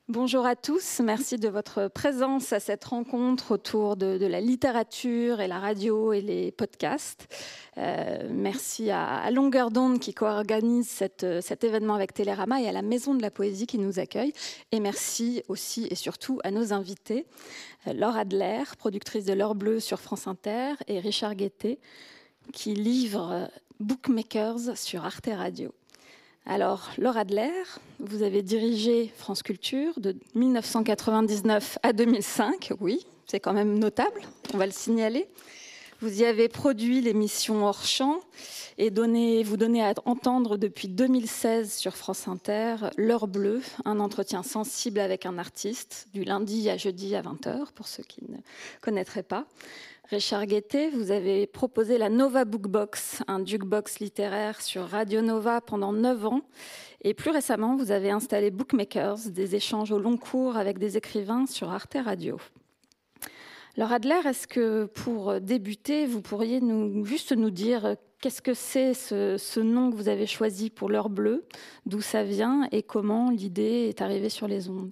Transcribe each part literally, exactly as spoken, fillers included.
Bonjour à tous, merci de votre présence à cette rencontre autour de, de la littérature et la radio et les podcasts. Euh, merci à, à Longueur d'onde qui co-organise cette, cet événement avec Télérama et à la Maison de la Poésie qui nous accueille. Et merci aussi et surtout à nos invités, Laure Adler, productrice de L'Heure Bleue sur France Inter, et Richard Guettet, qui livre Bookmakers sur Arte Radio. Alors, Laure Adler, vous avez dirigé France Culture de mille neuf cent quatre-vingt-dix-neuf à deux mille cinq, oui, c'est quand même notable, on va le signaler. Vous y avez produit l'émission Hors Champ et donné, vous donnez à entendre depuis deux mille seize sur France Inter L'Heure Bleue, un entretien sensible avec un artiste, du lundi à jeudi à vingt heures, pour ceux qui ne connaîtraient pas. Richard Guettet, vous avez proposé la Nova Bookbox, un jukebox littéraire sur Radio Nova pendant neuf ans. Et plus récemment, vous avez installé Bookmakers, des échanges au long cours avec des écrivains sur Arte Radio. Laure Adler, est-ce que pour débuter, vous pourriez nous, juste nous dire qu'est-ce que c'est ce, ce nom que vous avez choisi pour L'Heure Bleue, d'où ça vient et comment l'idée est arrivée sur les ondes?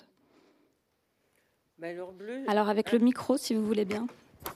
Ben, L'Heure Bleue... Alors avec le micro, si vous voulez bien.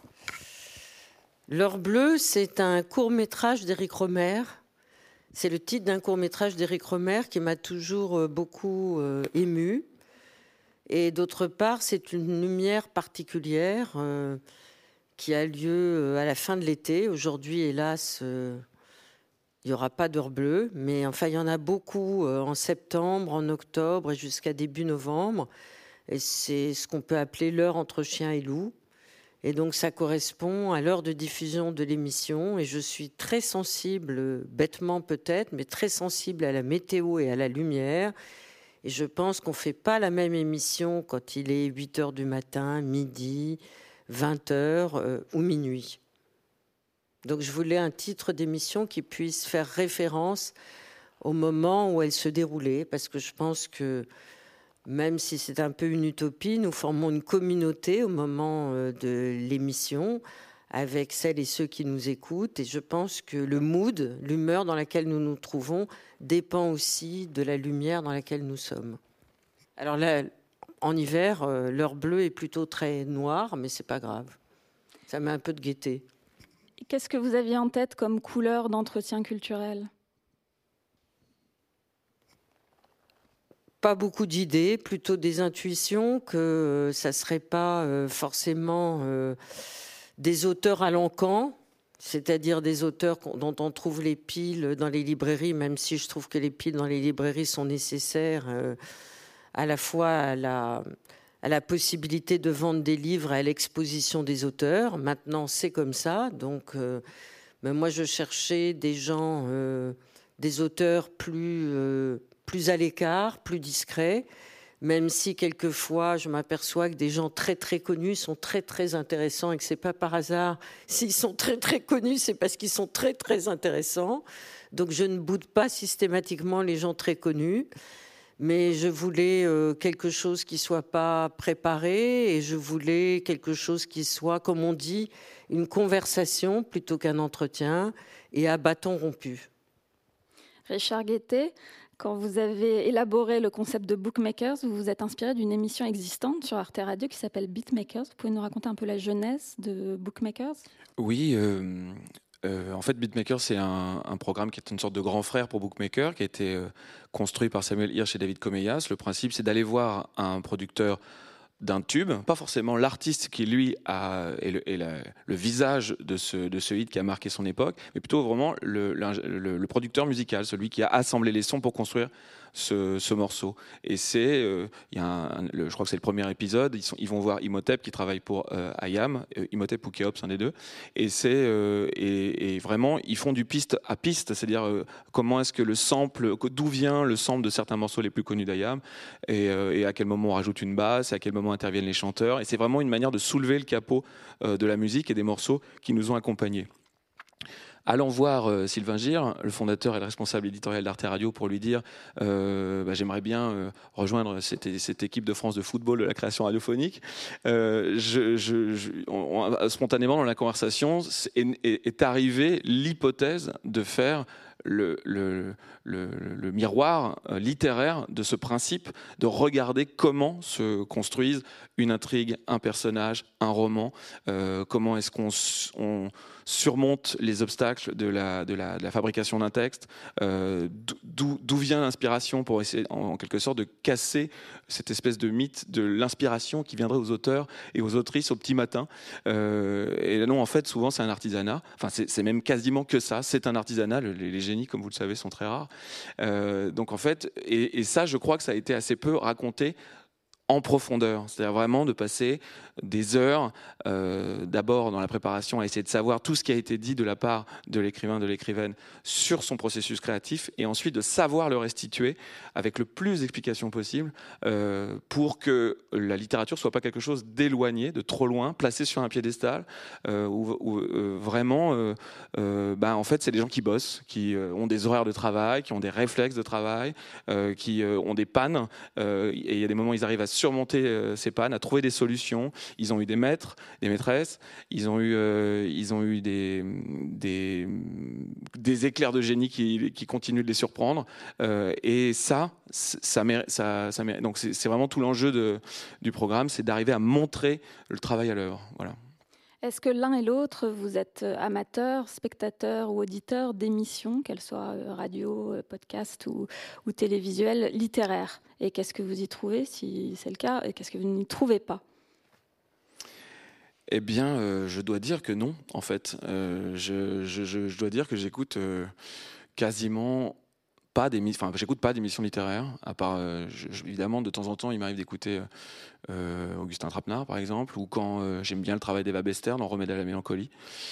L'Heure Bleue, c'est un court-métrage d'Éric Rohmer. C'est le titre d'un court-métrage d'Éric Rohmer qui m'a toujours beaucoup euh, ému. Et d'autre part, c'est une lumière particulière euh, qui a lieu à la fin de l'été. Aujourd'hui, hélas, euh, il n'y aura pas d'Heure Bleue, mais enfin, il y en a beaucoup euh, en septembre, en octobre et jusqu'à début novembre. Et c'est ce qu'on peut appeler l'heure entre chien et loup. Et donc, ça correspond à l'heure de diffusion de l'émission. Et je suis très sensible, bêtement peut-être, mais très sensible à la météo et à la lumière. Et je pense qu'on ne fait pas la même émission quand il est huit heures du matin, midi, vingt heures euh, ou minuit. Donc, je voulais un titre d'émission qui puisse faire référence au moment où elle se déroulait, parce que je pense que même si c'est un peu une utopie, nous formons une communauté au moment de l'émission avec celles et ceux qui nous écoutent. Et je pense que le mood, l'humeur dans laquelle nous nous trouvons, dépend aussi de la lumière dans laquelle nous sommes. Alors là, en hiver, l'heure bleue est plutôt très noire, mais c'est pas grave. Ça met un peu de gaieté. Qu'est-ce que vous aviez en tête comme couleur d'entretien culturel ? Pas beaucoup d'idées, plutôt des intuitions que ça ne serait pas forcément des auteurs à l'encan, c'est-à-dire des auteurs dont on trouve les piles dans les librairies, même si je trouve que les piles dans les librairies sont nécessaires à la fois à la, à la possibilité de vendre des livres et à l'exposition des auteurs. Maintenant, c'est comme ça. Donc, euh, ben moi, je cherchais des gens, euh, des auteurs plus... Euh, plus à l'écart, plus discrets, même si quelquefois je m'aperçois que des gens très très connus sont très très intéressants et que c'est pas par hasard. S'ils sont très très connus, c'est parce qu'ils sont très très intéressants. Donc je ne boude pas systématiquement les gens très connus, mais je voulais euh, quelque chose qui soit pas préparé et je voulais quelque chose qui soit, comme on dit, une conversation plutôt qu'un entretien et à bâton rompu. Richard Guettet, quand vous avez élaboré le concept de Bookmakers, vous vous êtes inspiré d'une émission existante sur Arte Radio qui s'appelle Beatmakers. Vous pouvez nous raconter un peu la genèse de Bookmakers ? Oui, euh, euh, en fait, Beatmakers, c'est un, un programme qui est une sorte de grand frère pour Bookmaker, qui a été euh, construit par Samuel Hirsch et David Comeyas. Le principe, c'est d'aller voir un producteur d'un tube, pas forcément l'artiste qui lui a, est, le, est la, le visage de ce, de ce hit qui a marqué son époque, mais plutôt vraiment le, le, le producteur musical, celui qui a assemblé les sons pour construire ce, ce morceau. Et c'est, euh, il y a un, le, je crois que c'est le premier épisode, ils, sont, ils vont voir Imhotep qui travaille pour euh, I A M, euh, Imhotep ou Keops, un des deux, et, c'est, euh, et, et vraiment ils font du piste à piste, c'est-à-dire euh, comment est-ce que le sample, d'où vient le sample de certains morceaux les plus connus d'I A M, et, euh, et à quel moment on rajoute une basse, et à quel moment interviennent les chanteurs, et c'est vraiment une manière de soulever le capot euh, de la musique et des morceaux qui nous ont accompagnés. Allant voir euh, Sylvain Gir, le fondateur et le responsable éditorial d'Arte Radio, pour lui dire euh, bah, j'aimerais bien euh, rejoindre cette, cette équipe de France de football de la création radiophonique. Euh, je, je, je, on, on, spontanément dans la conversation est, est, est arrivée l'hypothèse de faire le, le, le, le miroir littéraire de ce principe de regarder comment se construisent une intrigue, un personnage, un roman, euh, comment est-ce qu'on on surmonte les obstacles de la, de la, de la fabrication d'un texte, euh, d'où, d'où vient l'inspiration pour essayer en, en quelque sorte de casser cette espèce de mythe de l'inspiration qui viendrait aux auteurs et aux autrices au petit matin. Euh, et non, en fait, souvent c'est un artisanat, enfin c'est, c'est même quasiment que ça, c'est un artisanat, le, les, les génies, comme vous le savez, sont très rares. Euh, donc en fait, et, et ça, je crois que ça a été assez peu raconté en profondeur, c'est-à-dire vraiment de passer des heures, euh, d'abord dans la préparation, à essayer de savoir tout ce qui a été dit de la part de l'écrivain, de l'écrivaine sur son processus créatif, et ensuite de savoir le restituer avec le plus d'explications possible euh, pour que la littérature soit pas quelque chose d'éloigné, de trop loin, placé sur un piédestal, euh, où, où euh, vraiment, euh, euh, bah, en fait, c'est des gens qui bossent, qui euh, ont des horaires de travail, qui ont des réflexes de travail, euh, qui euh, ont des pannes, euh, et il y a des moments où ils arrivent à surmonter euh, ces pannes, à trouver des solutions. Ils ont eu des maîtres, des maîtresses, ils ont eu, euh, ils ont eu des, des, des éclairs de génie qui, qui continuent de les surprendre. Euh, et ça, ça, ça, ça mérite. Donc c'est, c'est vraiment tout l'enjeu de, du programme, c'est d'arriver à montrer le travail à l'œuvre. Voilà. Est-ce que l'un et l'autre, vous êtes amateur, spectateur ou auditeur d'émissions, qu'elles soient radio, podcast ou, ou télévisuelles, littéraires? Et qu'est-ce que vous y trouvez, si c'est le cas, et qu'est-ce que vous n'y trouvez pas? Eh bien, euh, je dois dire que non, en fait. Euh, je, je, je, je dois dire que j'écoute euh, quasiment pas d'émissions, enfin, j'écoute pas d'émissions littéraires, à part, euh, je, je, évidemment, de temps en temps, il m'arrive d'écouter euh, Augustin Trapenard, par exemple, ou quand euh, j'aime bien le travail d'Eva Bester dans Remède à la mélancolie.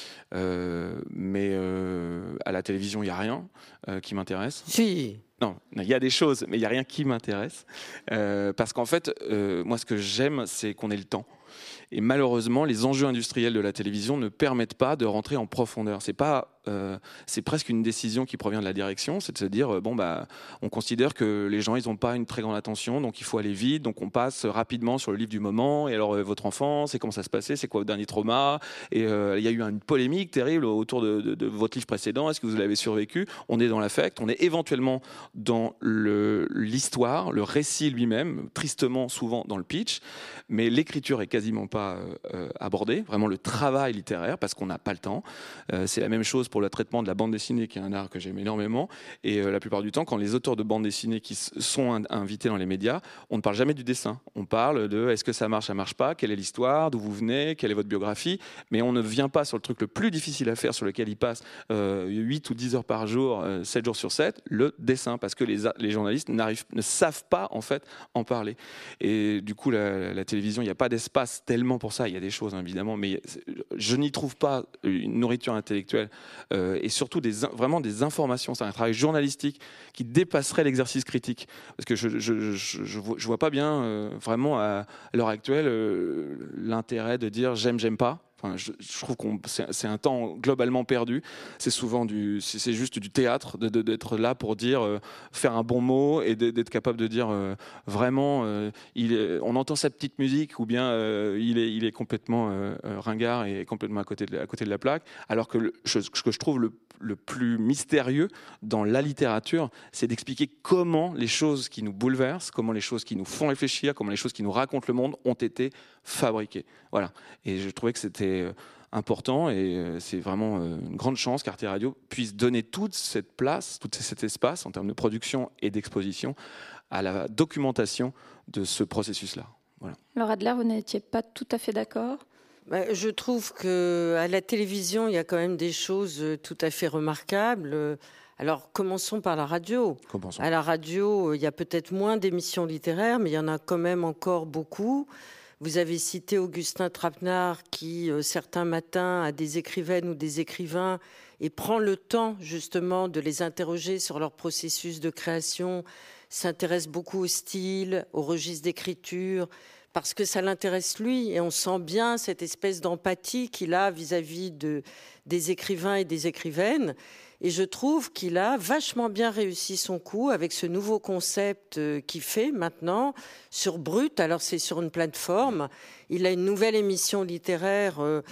Euh, mais euh, à la télévision, il n'y a rien euh, qui m'intéresse. Si. Non, il y a des choses, mais il n'y a rien qui m'intéresse. Euh, parce qu'en fait, euh, moi, ce que j'aime, c'est qu'on ait le temps. Et malheureusement, les enjeux industriels de la télévision ne permettent pas de rentrer en profondeur. C'est pas, euh, c'est presque une décision qui provient de la direction, c'est de se dire euh, bon bah, on considère que les gens ils n'ont pas une très grande attention, donc il faut aller vite, donc on passe rapidement sur le livre du moment. Et alors euh, votre enfance, et comment ça se passait, c'est quoi votre dernier trauma? Et euh, il y a eu une polémique terrible autour de, de, de votre livre précédent. Est-ce que vous l'avez survécu? On est dans l'affect, on est éventuellement dans le, l'histoire, le récit lui-même, tristement souvent dans le pitch, mais l'écriture est quasiment pas Euh, abordé, vraiment le travail littéraire, parce qu'on n'a pas le temps. Euh, c'est la même chose pour le traitement de la bande dessinée, qui est un art que j'aime énormément. Et euh, la plupart du temps, quand les auteurs de bande dessinée qui s- sont in- invités dans les médias, on ne parle jamais du dessin. On parle de est-ce que ça marche, ça marche pas, quelle est l'histoire, d'où vous venez, quelle est votre biographie, mais on ne vient pas sur le truc le plus difficile à faire, sur lequel ils passent euh, huit ou dix heures par jour, euh, sept jours sur sept, le dessin, parce que les, a- les journalistes n'arrivent, ne savent pas en fait en parler. Et du coup, la, la télévision, il n'y a pas d'espace tellement pour ça. Il y a des choses, hein, évidemment, mais je n'y trouve pas une nourriture intellectuelle euh, et surtout des, vraiment des informations. C'est un travail journalistique qui dépasserait l'exercice critique. Parce que je ne je, je, je, je vois pas bien, euh, vraiment, à, à l'heure actuelle, euh, l'intérêt de dire j'aime, j'aime pas. Enfin, je, je trouve que c'est, c'est un temps globalement perdu. C'est souvent du, c'est, c'est juste du théâtre, de, de, d'être là pour dire, euh, faire un bon mot et de, d'être capable de dire euh, vraiment, euh, il est, on entend sa petite musique ou bien euh, il, est, il est complètement euh, ringard et complètement à côté de, à côté de la plaque. Alors que le, je, ce que je trouve le, le plus mystérieux dans la littérature, c'est d'expliquer comment les choses qui nous bouleversent, comment les choses qui nous font réfléchir, comment les choses qui nous racontent le monde ont été fabriquées. Voilà. Et je trouvais que c'était important et c'est vraiment une grande chance qu'Arte Radio puisse donner toute cette place, tout cet espace en termes de production et d'exposition à la documentation de ce processus-là. Voilà. Laure Adler, vous n'étiez pas tout à fait d'accord? Je trouve qu'à la télévision, il y a quand même des choses tout à fait remarquables. Alors, commençons par la radio. Commençons. À la radio, il y a peut-être moins d'émissions littéraires, mais il y en a quand même encore beaucoup. Vous avez cité Augustin Trapenard qui, euh, certains matins, a des écrivaines ou des écrivains et prend le temps justement de les interroger sur leur processus de création, s'intéresse beaucoup au style, au registre d'écriture, parce que ça l'intéresse lui et on sent bien cette espèce d'empathie qu'il a vis-à-vis de, des écrivains et des écrivaines. Et je trouve qu'il a vachement bien réussi son coup avec ce nouveau concept qu'il fait maintenant sur Brut. Alors c'est sur une plateforme. Il a une nouvelle émission littéraire.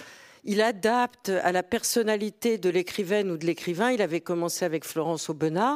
il adapte à la personnalité de l'écrivaine ou de l'écrivain. Il avait commencé avec Florence Aubenas,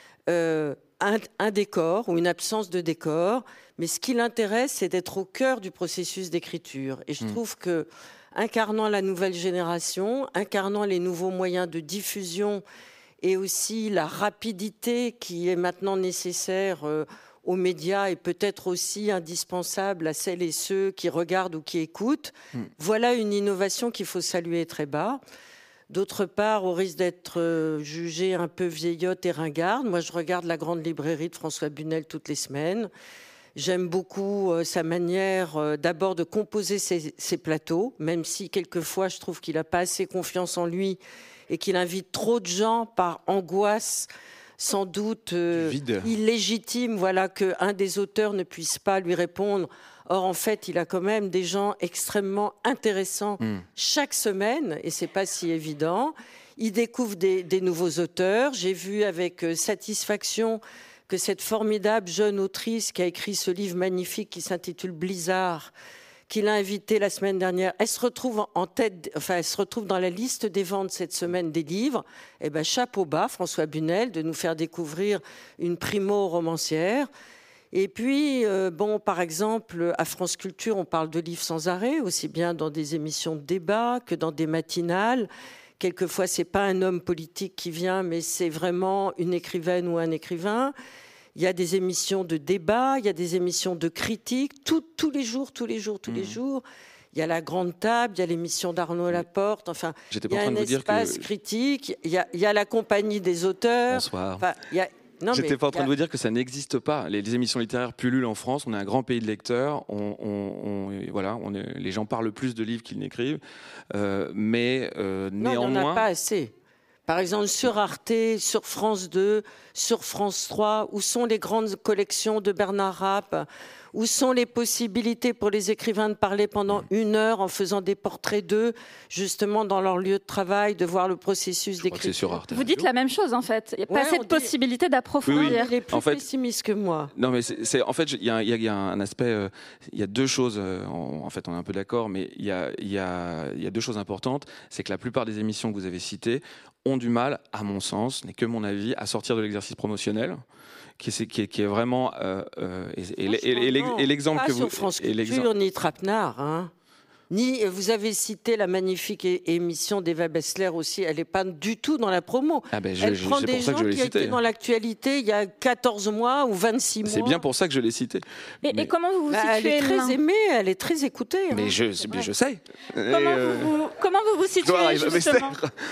euh, un, un décor ou une absence de décor. Mais ce qui l'intéresse, c'est d'être au cœur du processus d'écriture. Et je mmh. trouve que, incarnant la nouvelle génération, incarnant les nouveaux moyens de diffusion et aussi la rapidité qui est maintenant nécessaire euh, aux médias et peut-être aussi indispensable à celles et ceux qui regardent ou qui écoutent, mmh. voilà une innovation qu'il faut saluer très bas. D'autre part, au risque d'être euh, jugée un peu vieillotte et ringarde, moi je regarde la grande librairie de François Bunel toutes les semaines. J'aime beaucoup euh, sa manière euh, d'abord de composer ses, ses plateaux, même si quelquefois je trouve qu'il n'a pas assez confiance en lui et qu'il invite trop de gens par angoisse sans doute euh, illégitime, voilà, qu'un des auteurs ne puisse pas lui répondre. Or, en fait, il a quand même des gens extrêmement intéressants mmh. chaque semaine, et c'est pas si évident. Il découvre des, des nouveaux auteurs. J'ai vu avec euh, satisfaction que cette formidable jeune autrice qui a écrit ce livre magnifique qui s'intitule Blizzard, qu'il a invitée la semaine dernière, elle se retrouve en tête, enfin, elle se retrouve dans la liste des ventes cette semaine des livres. Eh ben, chapeau bas, François Bunel, de nous faire découvrir une primo-romancière. Et puis, euh, bon, par exemple, à France Culture, on parle de livres sans arrêt, aussi bien dans des émissions de débat que dans des matinales. Quelquefois, c'est pas un homme politique qui vient, mais c'est vraiment une écrivaine ou un écrivain. Il y a des émissions de débat, il y a des émissions de critique, tout, tous les jours, tous les jours, tous mmh. les jours. Il y a la grande table, il y a l'émission d'Arnaud Laporte, enfin, J'étais il y a pas en train un de vous espace dire que... critique, il y, a, il y a la compagnie des auteurs. Bonsoir. Enfin, il y a... Non, J'étais pas en train a... de vous dire que ça n'existe pas. Les, les émissions littéraires pullulent en France. On est un grand pays de lecteurs. On, on, on, voilà, on est, les gens parlent plus de livres qu'ils n'écrivent. Euh, mais euh, non, néanmoins... il n'y en a pas assez. Par exemple, sur Arte, sur France deux, sur France trois, où sont les grandes collections de Bernard Rapp? Où sont les possibilités pour les écrivains de parler pendant une heure en faisant des portraits d'eux, justement dans leur lieu de travail, de voir le processus d'écriture? Vous dites la même chose en fait. Il n'y a pas ouais, assez de dit... possibilités d'approfondir. Oui, oui. Il est plus en fait, pessimiste que moi. Non, mais c'est, c'est en fait, il y, y, y a un aspect. Euh, il y a deux choses. Euh, en, en fait, on est un peu d'accord, mais il y a, il y a, il y a deux choses importantes. C'est que la plupart des émissions que vous avez citées ont du mal, à mon sens, n'est que mon avis, à sortir de l'exercice promotionnel. Qui est, qui, est, qui est vraiment euh, euh, et, et, et, et, et l'exemple que vous sur France Culture ni Trapenard, hein. Ni vous avez cité la magnifique é- émission d'Eva Bessler aussi, elle n'est pas du tout dans la promo. Ah ben je, elle je, prend c'est des pour ça gens que je l'ai qui cité. étaient dans l'actualité il y a quatorze mois ou vingt-six mois. C'est bien pour ça que je l'ai cité. Et, mais... et comment vous vous bah, situez? Elle est très aimée, elle est très écoutée. Mais hein. je, mais je sais. Comment, euh... vous, vous, comment vous vous situez justement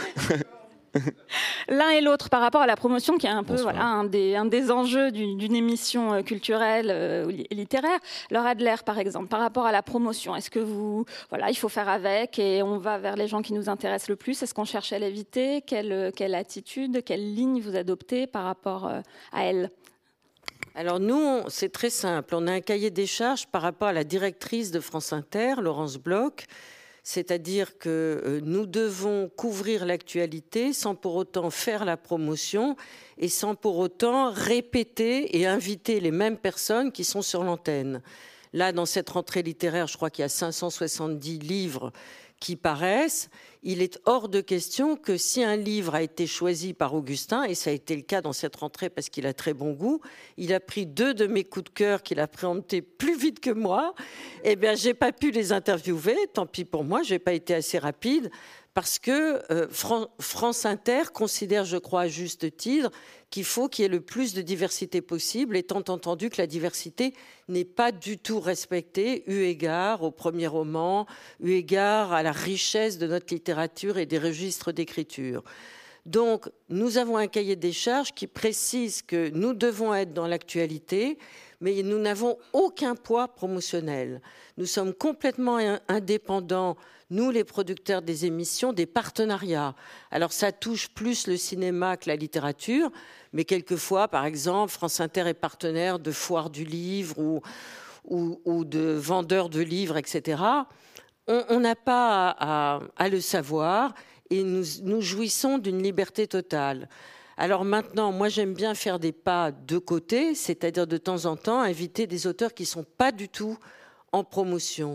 l'un et l'autre par rapport à la promotion qui est un peu voilà, un, des, un des enjeux d'une, d'une émission culturelle euh, littéraire. Laure Adler, par exemple, par rapport à la promotion, est-ce que vous, voilà, il faut faire avec et on va vers les gens qui nous intéressent le plus? Est-ce qu'on cherche à l'éviter? Quelle, quelle attitude, quelle ligne vous adoptez par rapport euh, à elle? Alors nous, c'est très simple. On a un cahier des charges par rapport à la directrice de France Inter, Laurence Bloch. C'est-à-dire que nous devons couvrir l'actualité sans pour autant faire la promotion et sans pour autant répéter et inviter les mêmes personnes qui sont sur l'antenne. Là, dans cette rentrée littéraire, je crois qu'il y a cinq cent soixante-dix livres qui paraissent. Il est hors de question que si un livre a été choisi par Augustin, et ça a été le cas dans cette rentrée parce qu'il a très bon goût, il a pris deux de mes coups de cœur qu'il a préemptés plus vite que moi, eh bien, j'ai pas pu les interviewer, tant pis pour moi, j'ai pas été assez rapide, parce que euh, Fran- France Inter considère, je crois à juste titre, qu'il faut qu'il y ait le plus de diversité possible, étant entendu que la diversité n'est pas du tout respectée, eu égard au premier roman, eu égard à la richesse de notre littérature et des registres d'écriture. Donc, nous avons un cahier des charges qui précise que nous devons être dans l'actualité, mais nous n'avons aucun poids promotionnel. Nous sommes complètement indépendants, nous les producteurs des émissions, des partenariats. Alors ça touche plus le cinéma que la littérature, mais quelquefois, par exemple, France Inter est partenaire de foires du livre ou, ou, ou de vendeurs de livres, et cetera. On n'a pas à, à, à le savoir et nous, nous jouissons d'une liberté totale. Alors maintenant, moi j'aime bien faire des pas de côté, c'est-à-dire de temps en temps inviter des auteurs qui ne sont pas du tout en promotion.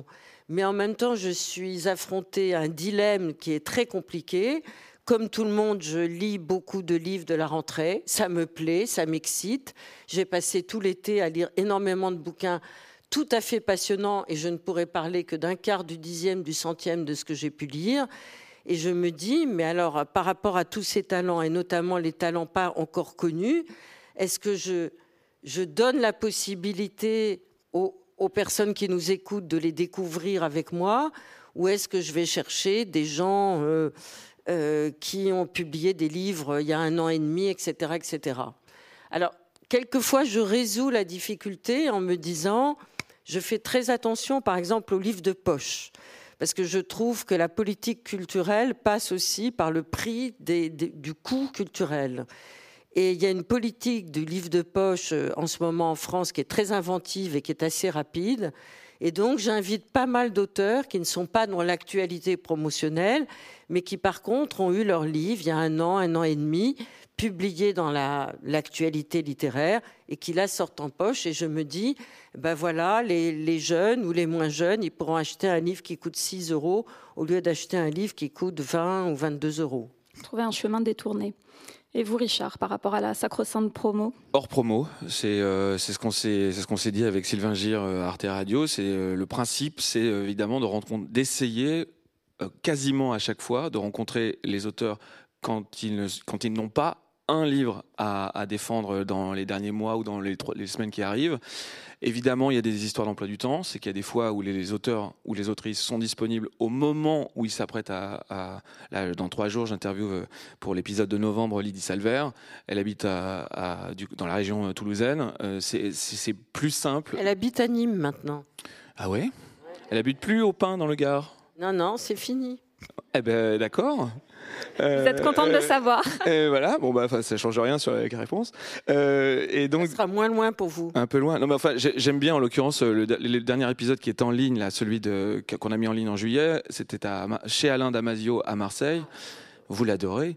mais en même temps, je suis affrontée à un dilemme qui est très compliqué. Comme tout le monde, je lis beaucoup de livres de la rentrée. Ça me plaît, ça m'excite. J'ai passé tout l'été à lire énormément de bouquins tout à fait passionnants et je ne pourrais parler que d'un quart, du dixième, du centième de ce que j'ai pu lire. Et je me dis, mais alors, par rapport à tous ces talents, et notamment les talents pas encore connus, est-ce que je, je donne la possibilité aux, aux personnes qui nous écoutent de les découvrir avec moi, ou est-ce que je vais chercher des gens euh, euh, qui ont publié des livres il y a un an et demi, et cetera, et cetera. Alors, quelquefois, je résous la difficulté en me disant, je fais très attention, par exemple, aux livres de poche. Parce que je trouve que la politique culturelle passe aussi par le prix des, des, du coût culturel. Et il y a une politique du livre de poche en ce moment en France qui est très inventive et qui est assez rapide. Et donc, j'invite pas mal d'auteurs qui ne sont pas dans l'actualité promotionnelle, mais qui, par contre, ont eu leur livre il y a un an, un an et demi, publiés dans la, l'actualité littéraire et qui là sortent en poche. Et je me dis, ben voilà, les, les jeunes ou les moins jeunes, ils pourront acheter un livre qui coûte six euros au lieu d'acheter un livre qui coûte vingt ou vingt-deux euros. Trouver un chemin détourné. Et vous, Richard, par rapport à la sacro-sainte promo ? Hors promo, c'est euh, c'est ce qu'on s'est c'est ce qu'on s'est dit avec Sylvain Gir, euh, Arte Radio. C'est euh, le principe, c'est euh, évidemment de rencontrer, d'essayer euh, quasiment à chaque fois de rencontrer les auteurs quand ils ne, quand ils n'ont pas un livre à, à défendre dans les derniers mois ou dans les, les semaines qui arrivent. Évidemment, il y a des histoires d'emploi du temps. C'est qu'il y a des fois où les auteurs ou les autrices sont disponibles au moment où ils s'apprêtent à... à là, dans trois jours, j'interviewe pour l'épisode de novembre Lydie Salver. Elle habite à, à, du, dans la région toulousaine. Euh, c'est, c'est, c'est plus simple. Elle habite à Nîmes maintenant. Ah ouais ? Elle habite plus au Pin dans le Gard ? Non, non, c'est fini. Eh ben d'accord. Vous êtes contente de le savoir. Euh, voilà, bon bah ça change rien sur la réponse. Euh, et donc ça sera moins loin pour vous. Un peu loin. Non mais enfin j'aime bien en l'occurrence le, le dernier épisode qui est en ligne là, celui de qu'on a mis en ligne en juillet. C'était à, chez Alain Damasio à Marseille. Vous l'adorez.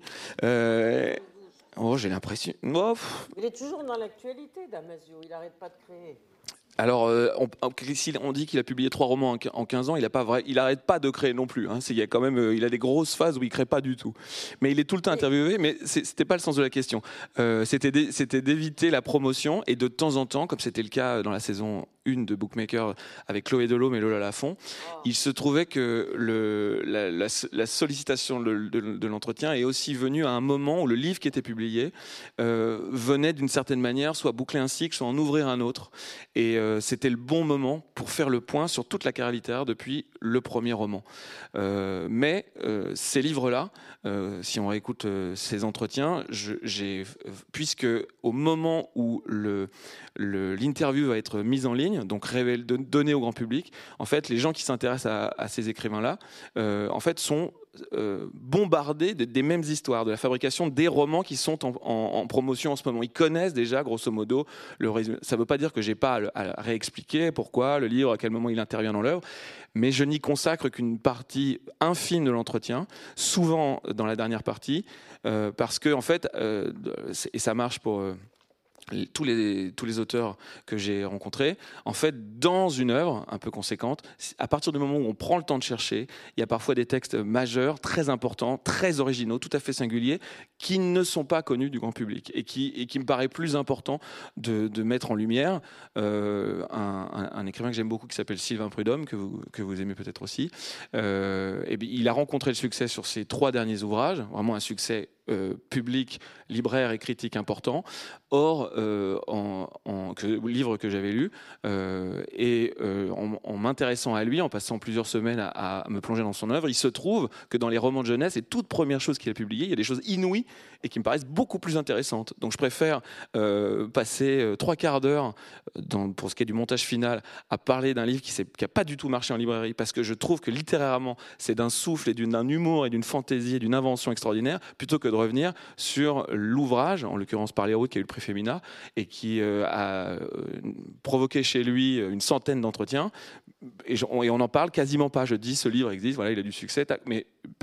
Euh, oh j'ai l'impression. Oh. Il est toujours dans l'actualité, Damasio. Il n'arrête pas de créer. Alors, euh, on, on dit qu'il a publié trois romans en quinze ans. Il a pas vrai, il arrête pas de créer non plus. Hein. Il y a quand même, euh, il a des grosses phases où il crée pas du tout. Mais il est tout le temps interviewé. Mais c'était pas le sens de la question. Euh, c'était, d'é, c'était d'éviter la promotion et de temps en temps, comme c'était le cas dans la saison une de Bookmaker avec Chloé Delhomme et Lola Lafont, oh. il se trouvait que le, la, la, la sollicitation de, de, de l'entretien est aussi venue à un moment où le livre qui était publié euh, venait d'une certaine manière soit boucler un cycle, soit en ouvrir un autre. Et euh, c'était le bon moment pour faire le point sur toute la carrière littéraire depuis le premier roman. Euh, mais euh, ces livres-là, euh, si on réécoute euh, ces entretiens, je, j'ai, puisque au moment où le, le, l'interview va être mise en ligne, donc révélée, donnée au grand public, en fait, les gens qui s'intéressent à, à ces écrivains-là, euh, en fait, sont Euh, bombardés de, des mêmes histoires, de la fabrication des romans qui sont en, en, en promotion en ce moment. Ils connaissent déjà, grosso modo, le résumé. Ça ne veut pas dire que je n'ai pas à, à réexpliquer pourquoi le livre, à quel moment il intervient dans l'œuvre, mais je n'y consacre qu'une partie infime de l'entretien, souvent dans la dernière partie, euh, parce que, en fait, euh, et ça marche pour... Euh, Tous les, tous les auteurs que j'ai rencontrés, en fait, dans une œuvre un peu conséquente, à partir du moment où on prend le temps de chercher, il y a parfois des textes majeurs, très importants, très originaux, tout à fait singuliers, qui ne sont pas connus du grand public et qui, et qui me paraît plus important de, de mettre en lumière. Euh, un, un, un écrivain que j'aime beaucoup qui s'appelle Sylvain Prudhomme, que vous, que vous aimez peut-être aussi. Euh, et bien, il a rencontré le succès sur ses trois derniers ouvrages, vraiment un succès Euh, public, libraire et critique important. Or, euh, en, en que, livre que j'avais lu, euh, et euh, en, en m'intéressant à lui, en passant plusieurs semaines à, à me plonger dans son œuvre, il se trouve que dans les romans de jeunesse, les toutes premières choses qu'il a publiées, il y a des choses inouïes et qui me paraissent beaucoup plus intéressantes. Donc je préfère euh, passer euh, trois quarts d'heure, dans, pour ce qui est du montage final, à parler d'un livre qui n'a pas du tout marché en librairie, parce que je trouve que littérairement, c'est d'un souffle et d'une, d'un humour et d'une fantaisie et d'une invention extraordinaire, plutôt que de revenir sur l'ouvrage, en l'occurrence Par les routes, qui a eu le prix Femina, et qui euh, a euh, provoqué chez lui une centaine d'entretiens. Et, je, on, et on n'en parle quasiment pas. Je dis, ce livre existe, voilà, il a du succès, tac, mais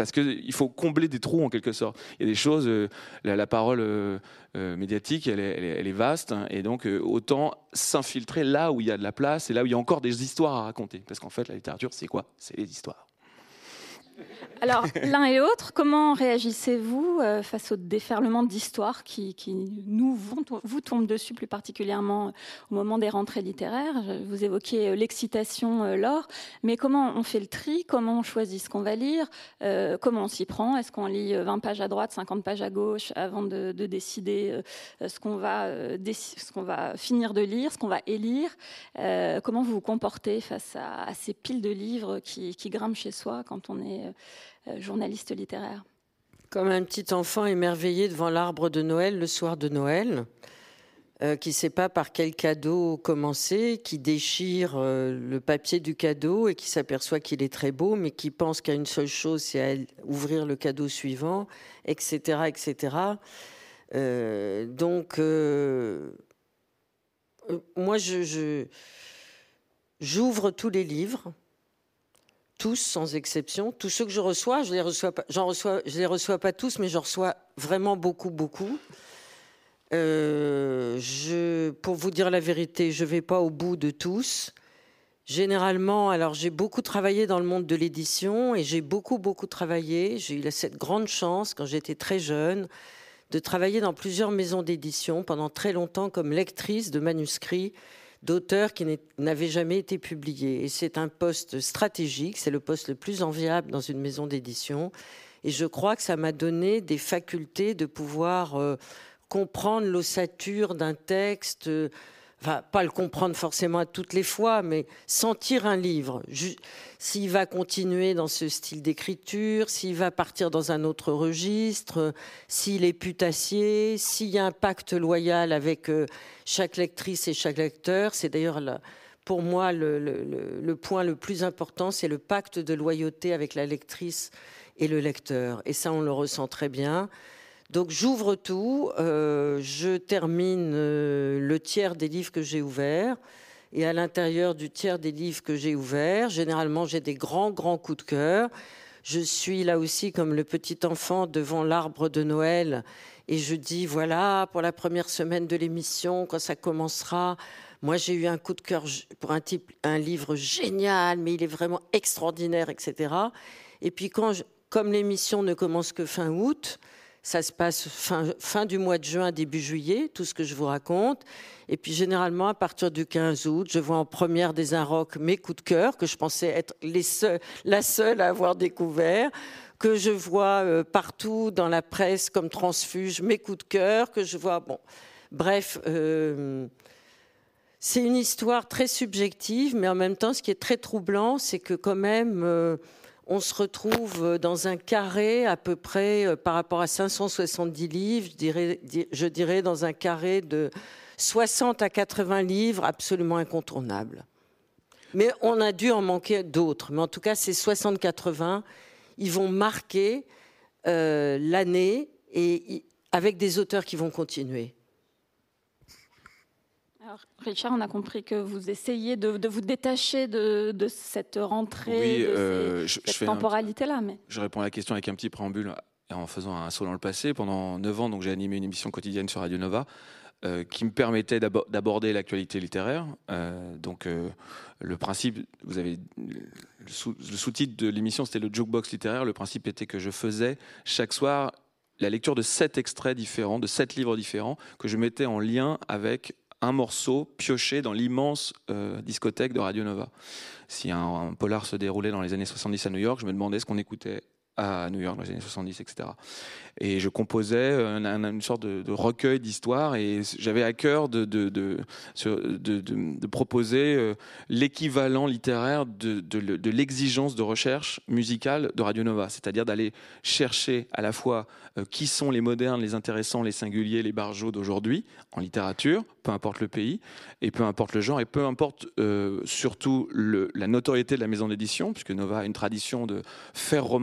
parce qu'il faut combler des trous en quelque sorte. Il y a des choses, euh, la, la parole euh, euh, médiatique, elle est, elle, est, elle est vaste, hein, et donc euh, autant s'infiltrer là où il y a de la place et là où il y a encore des histoires à raconter. Parce qu'en fait, la littérature, c'est quoi? C'est les histoires. Alors, l'un et l'autre, comment réagissez-vous euh, face au déferlement d'histoires qui, qui nous vous, vous tombe dessus plus particulièrement au moment des rentrées littéraires? Vous évoquiez l'excitation, euh, Laure, mais comment on fait le tri? Comment on choisit ce qu'on va lire? euh, Comment on s'y prend? Est-ce qu'on lit vingt pages à droite, cinquante pages à gauche avant de, de décider euh, ce qu'on va, euh, déc- ce qu'on va finir de lire, ce qu'on va élire? euh, Comment vous vous comportez face à, à ces piles de livres qui, qui grimpent chez soi quand on est euh, Euh, journaliste littéraire? Comme un petit enfant émerveillé devant l'arbre de Noël le soir de Noël, euh, qui ne sait pas par quel cadeau commencer, qui déchire euh, le papier du cadeau et qui s'aperçoit qu'il est très beau, mais qui pense qu'à une seule chose, c'est à ouvrir le cadeau suivant, et cetera, et cetera. Euh, donc, euh, moi, je, je, j'ouvre tous les livres. Tous, sans exception. Tous ceux que je reçois, je les reçois pas, j'en reçois, je les reçois pas tous, mais j'en reçois vraiment beaucoup, beaucoup. Euh, je, pour vous dire la vérité, je vais pas au bout de tous. Généralement, alors j'ai beaucoup travaillé dans le monde de l'édition et j'ai beaucoup, beaucoup travaillé. J'ai eu cette grande chance, quand j'étais très jeune, de travailler dans plusieurs maisons d'édition pendant très longtemps comme lectrice de manuscrits d'auteurs qui n'avaient jamais été publiés. Et c'est un poste stratégique, c'est le poste le plus enviable dans une maison d'édition. Et je crois que ça m'a donné des facultés de pouvoir euh, comprendre l'ossature d'un texte, euh, enfin, pas le comprendre forcément à toutes les fois, mais sentir un livre. Je, s'il va continuer dans ce style d'écriture, s'il va partir dans un autre registre, s'il est putassier, s'il y a un pacte loyal avec euh, chaque lectrice et chaque lecteur. C'est d'ailleurs, la, pour moi, le, le, le point le plus important, c'est le pacte de loyauté avec la lectrice et le lecteur. Et ça, on le ressent très bien. Donc j'ouvre tout, euh, je termine euh, le tiers des livres que j'ai ouverts, et à l'intérieur du tiers des livres que j'ai ouverts, généralement j'ai des grands, grands coups de cœur. Je suis là aussi comme le petit enfant devant l'arbre de Noël, et je dis, voilà, pour la première semaine de l'émission, quand ça commencera, moi j'ai eu un coup de cœur pour un, type, un livre génial, mais il est vraiment extraordinaire, et cetera. Et puis quand je, comme l'émission ne commence que fin août, ça se passe fin, fin du mois de juin, début juillet, tout ce que je vous raconte. Et puis généralement, à partir du quinze août, je vois en première des Inrocks mes coups de cœur, que je pensais être les seuls, la seule à avoir découvert, que je vois euh, partout dans la presse comme transfuge mes coups de cœur, que je vois... Bon, bref, euh, c'est une histoire très subjective, mais en même temps, ce qui est très troublant, c'est que quand même... Euh, on se retrouve dans un carré à peu près, par rapport à cinq cent soixante-dix livres, je dirais, je dirais dans un carré de soixante à quatre-vingts livres absolument incontournables. Mais on a dû en manquer d'autres. Mais en tout cas, ces soixante quatre-vingts, ils vont marquer euh, l'année et avec des auteurs qui vont continuer. Alors, Richard, on a compris que vous essayez de, de vous détacher de, de cette rentrée, oui, de euh, ces, je, cette je temporalité-là. Mais... Je réponds à la question avec un petit préambule en faisant un saut dans le passé. Pendant neuf ans, donc, j'ai animé une émission quotidienne sur Radio Nova euh, qui me permettait d'aborder l'actualité littéraire. Euh, donc, euh, le principe, vous avez le sous-titre de l'émission, c'était le jukebox littéraire. Le principe était que je faisais chaque soir la lecture de sept extraits différents, de sept livres différents, que je mettais en lien avec un morceau pioché dans l'immense euh, discothèque de Radio Nova. Si un, un polar se déroulait dans les années soixante-dix à New York, je me demandais ce qu'on écoutait à New York dans les années soixante-dix, et cetera. Et je composais une, une sorte de, de recueil d'histoires et j'avais à cœur de, de, de, de, de, de proposer euh, l'équivalent littéraire de, de, de l'exigence de recherche musicale de Radio Nova, c'est-à-dire d'aller chercher à la fois euh, qui sont les modernes, les intéressants, les singuliers, les barjots d'aujourd'hui en littérature, peu importe le pays et peu importe le genre et peu importe euh, surtout le, la notoriété de la maison d'édition, puisque Nova a une tradition de faire remonter l'underground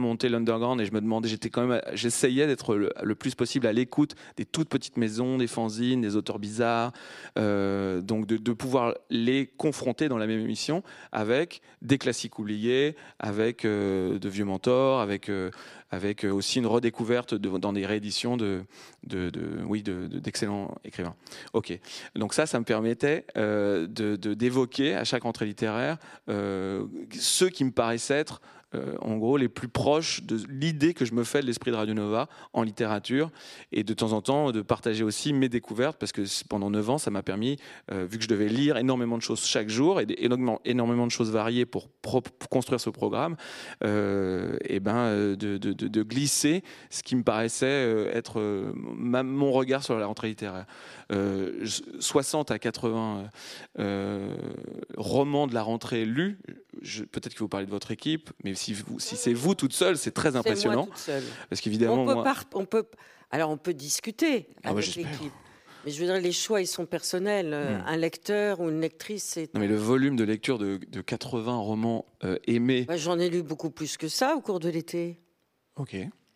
underground et je me demandais, j'étais quand même, j'essayais d'être le, le plus possible à l'écoute des toutes petites maisons, des fanzines, des auteurs bizarres, euh, donc de, de pouvoir les confronter dans la même émission avec des classiques oubliés, avec euh, de vieux mentors, avec euh, avec aussi une redécouverte de, dans des rééditions de, de, de oui, de, de, d'excellents écrivains. Ok, donc ça, ça me permettait euh, de, de, d'évoquer à chaque rentrée littéraire euh, ceux qui me paraissaient être Euh, en gros les plus proches de l'idée que je me fais de l'esprit de Radio Nova en littérature, et de temps en temps de partager aussi mes découvertes, parce que pendant neuf ans ça m'a permis, euh, vu que je devais lire énormément de choses chaque jour et énormément, énormément de choses variées pour, pro- pour construire ce programme, euh, et ben de, de, de, de glisser ce qui me paraissait être euh, ma, mon regard sur la rentrée littéraire. Euh, soixante à quatre-vingts euh, romans de la rentrée lus. Je, peut-être que vous parlez de votre équipe, mais si, vous, si c'est vous toute seule, c'est très impressionnant. C'est moi toute seule. Parce qu'évidemment, on peut moi... pas, on peut, alors on peut discuter ah avec ouais, l'équipe. Mais je veux dire, les choix, ils sont personnels. Mmh. Un lecteur ou une lectrice, c'est... Non, mais le volume de lecture de, de quatre-vingts romans euh, aimés... Bah, j'en ai lu beaucoup plus que ça au cours de l'été. Ok.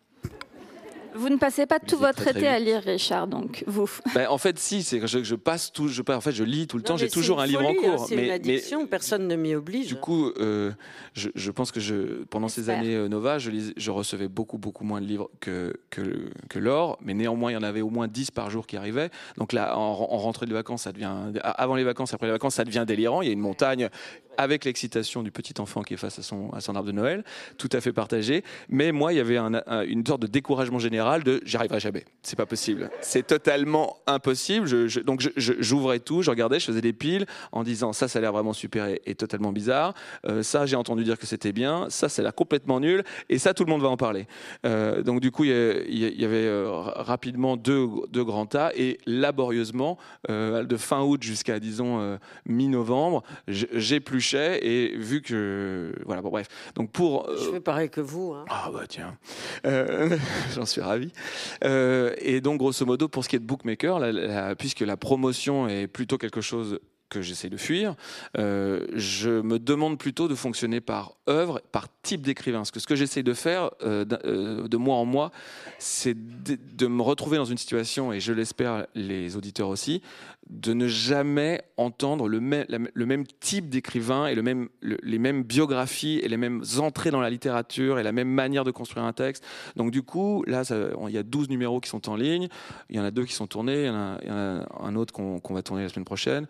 Vous ne passez pas Vous tout votre très, très été à lire, Richard, donc vous. Ben, en fait, si, c'est que je, je passe tout, je, en fait, je lis tout le non, temps. J'ai toujours un livre folie, en cours. Hein, c'est mais, une addiction, mais, personne ne m'y oblige. Du coup, euh, je, je pense que je, pendant ces années euh, Nova, je, lis, je recevais beaucoup, beaucoup moins de livres que, que, que Laure, mais néanmoins, il y en avait au moins dix par jour qui arrivaient. Donc là, en, en rentrée de vacances, ça devient, avant les vacances, après les vacances, ça devient délirant. Il y a une montagne avec l'excitation du petit enfant qui est face à son, à son arbre de Noël, tout à fait partagé. Mais moi, il y avait un, un, une sorte de découragement général de « j'y arriverai jamais, c'est pas possible, c'est totalement impossible ». Je, je, donc je, je, j'ouvrais tout, je regardais, je faisais des piles en disant « ça, ça a l'air vraiment super et, et totalement bizarre, euh, ça, j'ai entendu dire que c'était bien, ça, ça a l'air complètement nul, et ça, tout le monde va en parler euh, ». Donc du coup, il y, y, y avait euh, rapidement deux, deux grands tas, et laborieusement, euh, de fin août jusqu'à, disons, euh, mi-novembre, j'épluchais. Et vu que voilà, bon bref, donc pour euh... je fais pareil que vous. Hein. Ah bah tiens, euh, j'en suis ravi. Euh, et donc grosso modo, pour ce qui est de Bookmaker, la, la, puisque la promotion est plutôt quelque chose que j'essaie de fuir, euh, je me demande plutôt de fonctionner par œuvre, par type d'écrivain. Parce que ce que j'essaie de faire euh, de, de mois en mois, c'est de, de me retrouver dans une situation, et je l'espère les auditeurs aussi, de ne jamais entendre le même, la, le même type d'écrivain et le même, le, les mêmes biographies et les mêmes entrées dans la littérature et la même manière de construire un texte. Donc du coup, là, ça, on, il y a douze numéros qui sont en ligne, il y en a deux qui sont tournés, il y en a, il y en a un autre qu'on, qu'on va tourner la semaine prochaine.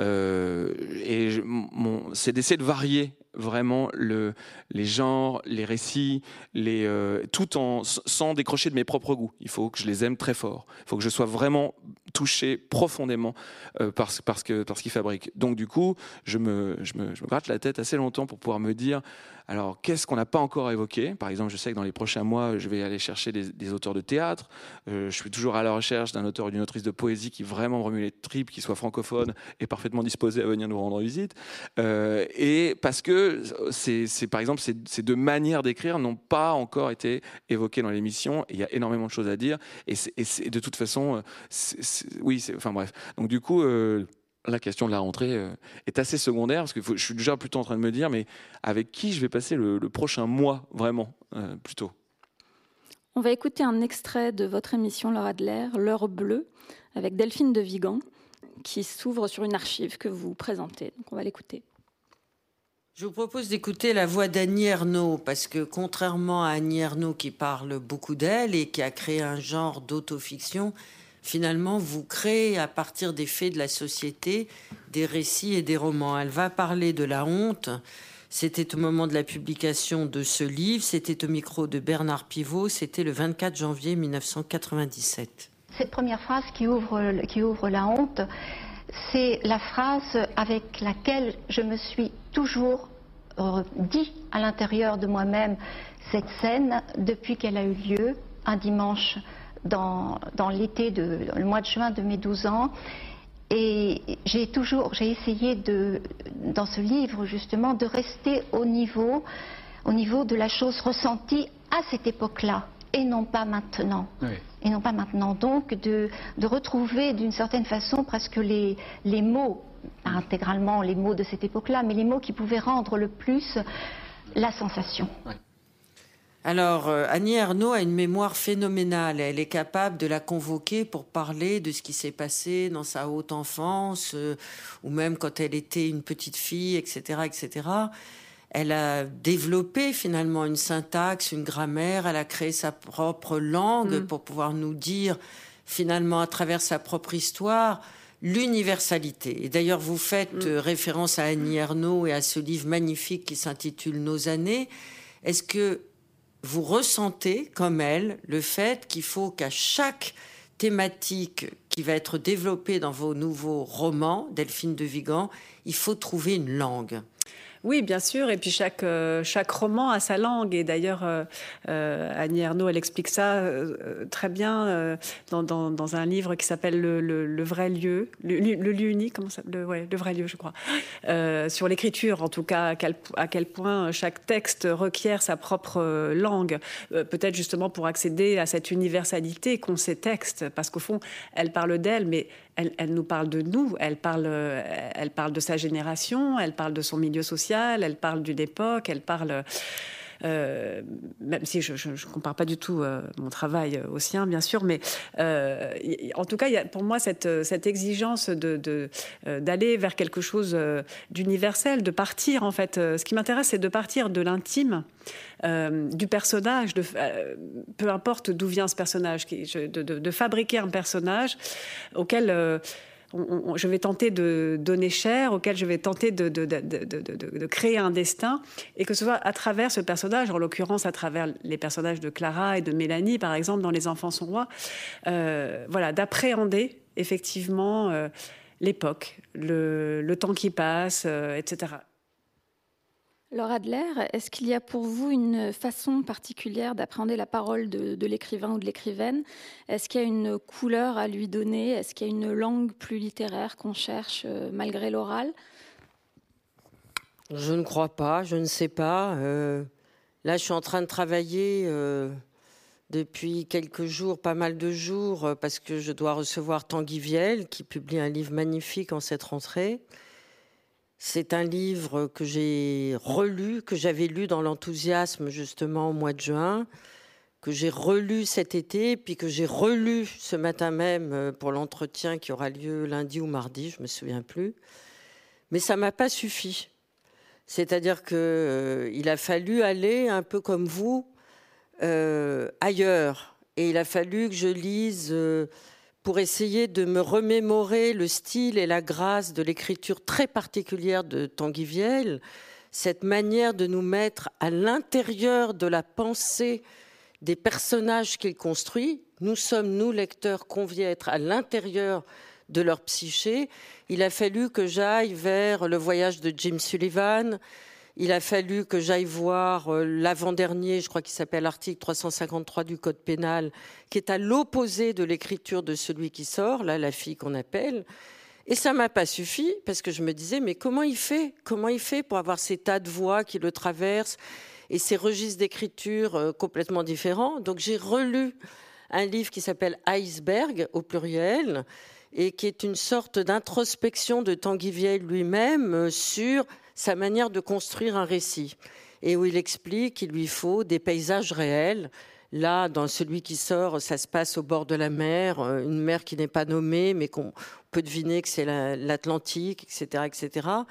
Euh, et je, mon, c'est d'essayer de varier vraiment le, les genres, les récits, les, euh, tout en, sans décrocher de mes propres goûts. Il faut que je les aime très fort. Il faut que je sois vraiment touché profondément euh, par, parce que, par ce qu'ils fabriquent. Donc du coup, je me, je, me, je me gratte la tête assez longtemps pour pouvoir me dire, alors qu'est-ce qu'on n'a pas encore évoqué ? Par exemple, je sais que dans les prochains mois, je vais aller chercher des, des auteurs de théâtre. Euh, je suis toujours à la recherche d'un auteur ou d'une autrice de poésie qui vraiment remue les tripes, qui soit francophone et parfaitement disposé à venir nous rendre visite. Euh, et parce que c'est, c'est, par exemple, ces, ces deux manières d'écrire n'ont pas encore été évoquées dans l'émission. Et il y a énormément de choses à dire. Et, c'est, et c'est, de toute façon, c'est, c'est, oui, c'est, enfin bref. Donc du coup... Euh, la question de la rentrée euh, est assez secondaire, parce que faut, je suis déjà plutôt en train de me dire, mais avec qui je vais passer le, le prochain mois, vraiment, euh, plutôt. On va écouter un extrait de votre émission, Laure Adler, L'heure bleue, avec Delphine de Vigan, qui s'ouvre sur une archive que vous présentez. Donc on va l'écouter. Je vous propose d'écouter la voix d'Annie Ernaux, parce que contrairement à Annie Ernaux qui parle beaucoup d'elle et qui a créé un genre d'autofiction, finalement, vous créez à partir des faits de la société des récits et des romans. Elle va parler de la honte. C'était au moment de la publication de ce livre. C'était au micro de Bernard Pivot. C'était le vingt-quatre janvier mille neuf cent quatre-vingt-dix-sept. Cette première phrase qui ouvre, qui ouvre la honte, c'est la phrase avec laquelle je me suis toujours euh, dit à l'intérieur de moi-même cette scène depuis qu'elle a eu lieu un dimanche Dans, dans l'été, de, dans le mois de juin de mes douze ans. Et j'ai toujours, j'ai essayé de, dans ce livre justement, de rester au niveau, au niveau de la chose ressentie à cette époque-là, et non pas maintenant. Oui. Et non pas maintenant. Donc de, de retrouver d'une certaine façon presque les, les mots, pas intégralement les mots de cette époque-là, mais les mots qui pouvaient rendre le plus la sensation. Oui. Alors, euh, Annie Ernaux a une mémoire phénoménale. Elle est capable de la convoquer pour parler de ce qui s'est passé dans sa haute enfance, euh, ou même quand elle était une petite fille, et cetera, et cetera. Elle a développé finalement une syntaxe, une grammaire. Elle a créé sa propre langue mmh. pour pouvoir nous dire, finalement, à travers sa propre histoire, l'universalité. Et d'ailleurs, vous faites mmh. référence à Annie Ernaux et à ce livre magnifique qui s'intitule « Nos années ». Est-ce que vous ressentez, comme elle, le fait qu'il faut qu'à chaque thématique qui va être développée dans vos nouveaux romans, Delphine de Vigan, il faut trouver une langue? Oui, bien sûr. Et puis chaque, euh, chaque roman a sa langue. Et d'ailleurs, euh, euh, Annie Ernaux, elle explique ça euh, très bien euh, dans, dans, dans un livre qui s'appelle Le, le, le vrai lieu, le, le lieu unique, comment ça, le, ouais, le vrai lieu, je crois. Euh, sur l'écriture, en tout cas, à quel, à quel point chaque texte requiert sa propre langue. Euh, peut-être justement pour accéder à cette universalité qu'ont ces textes. Parce qu'au fond, elle parle d'elle, mais Elle, elle nous parle de nous, elle parle, elle parle de sa génération, elle parle de son milieu social, elle parle d'une époque, elle parle... Euh, même si je ne compare pas du tout euh, mon travail au sien, bien sûr, mais euh, en tout cas, il y a pour moi cette, cette exigence de, de, euh, d'aller vers quelque chose d'universel, de partir, en fait. Ce qui m'intéresse, c'est de partir de l'intime, euh, du personnage, de, euh, peu importe d'où vient ce personnage, de, de, de fabriquer un personnage auquel... Euh, On, on, je vais tenter de donner chair, auquel je vais tenter de, de, de, de, de, de créer un destin, et que ce soit à travers ce personnage, en l'occurrence à travers les personnages de Clara et de Mélanie, par exemple, dans Les Enfants sont rois, euh, voilà, d'appréhender effectivement euh, l'époque, le, le temps qui passe, euh, et cetera. Laure Adler, est-ce qu'il y a pour vous une façon particulière d'appréhender la parole de, de l'écrivain ou de l'écrivaine? Est-ce qu'il y a une couleur à lui donner? Est-ce qu'il y a une langue plus littéraire qu'on cherche euh, malgré l'oral? Je ne crois pas, je ne sais pas. Euh, là, je suis en train de travailler euh, depuis quelques jours, pas mal de jours, euh, parce que je dois recevoir Tanguy Viel, qui publie un livre magnifique en cette rentrée. C'est un livre que j'ai relu, que j'avais lu dans l'enthousiasme justement au mois de juin, que j'ai relu cet été, puis que j'ai relu ce matin même pour l'entretien qui aura lieu lundi ou mardi, je ne me souviens plus. Mais ça ne m'a pas suffi. C'est-à-dire qu'il euh, a fallu aller, un peu comme vous, euh, ailleurs. Et il a fallu que je lise... Euh, pour essayer de me remémorer le style et la grâce de l'écriture très particulière de Tanguy Viel, cette manière de nous mettre à l'intérieur de la pensée des personnages qu'il construit. Nous sommes, nous, lecteurs, conviés à être à l'intérieur de leur psyché. Il a fallu que j'aille vers Le Voyage de Jim Sullivan. Il a fallu que j'aille voir l'avant-dernier, je crois qu'il s'appelle article trois cent cinquante-trois du Code pénal, qui est à l'opposé de l'écriture de celui qui sort, là, la fille qu'on appelle. Et ça ne m'a pas suffi, parce que je me disais, mais comment il fait? Comment il fait pour avoir ces tas de voix qui le traversent et ces registres d'écriture complètement différents? Donc j'ai relu un livre qui s'appelle Iceberg, au pluriel, et qui est une sorte d'introspection de Tanguy Viel lui-même sur sa manière de construire un récit, et où il explique qu'il lui faut des paysages réels. Là, dans celui qui sort, ça se passe au bord de la mer, une mer qui n'est pas nommée, mais qu'on peut deviner que c'est l'Atlantique, et cetera, et cetera.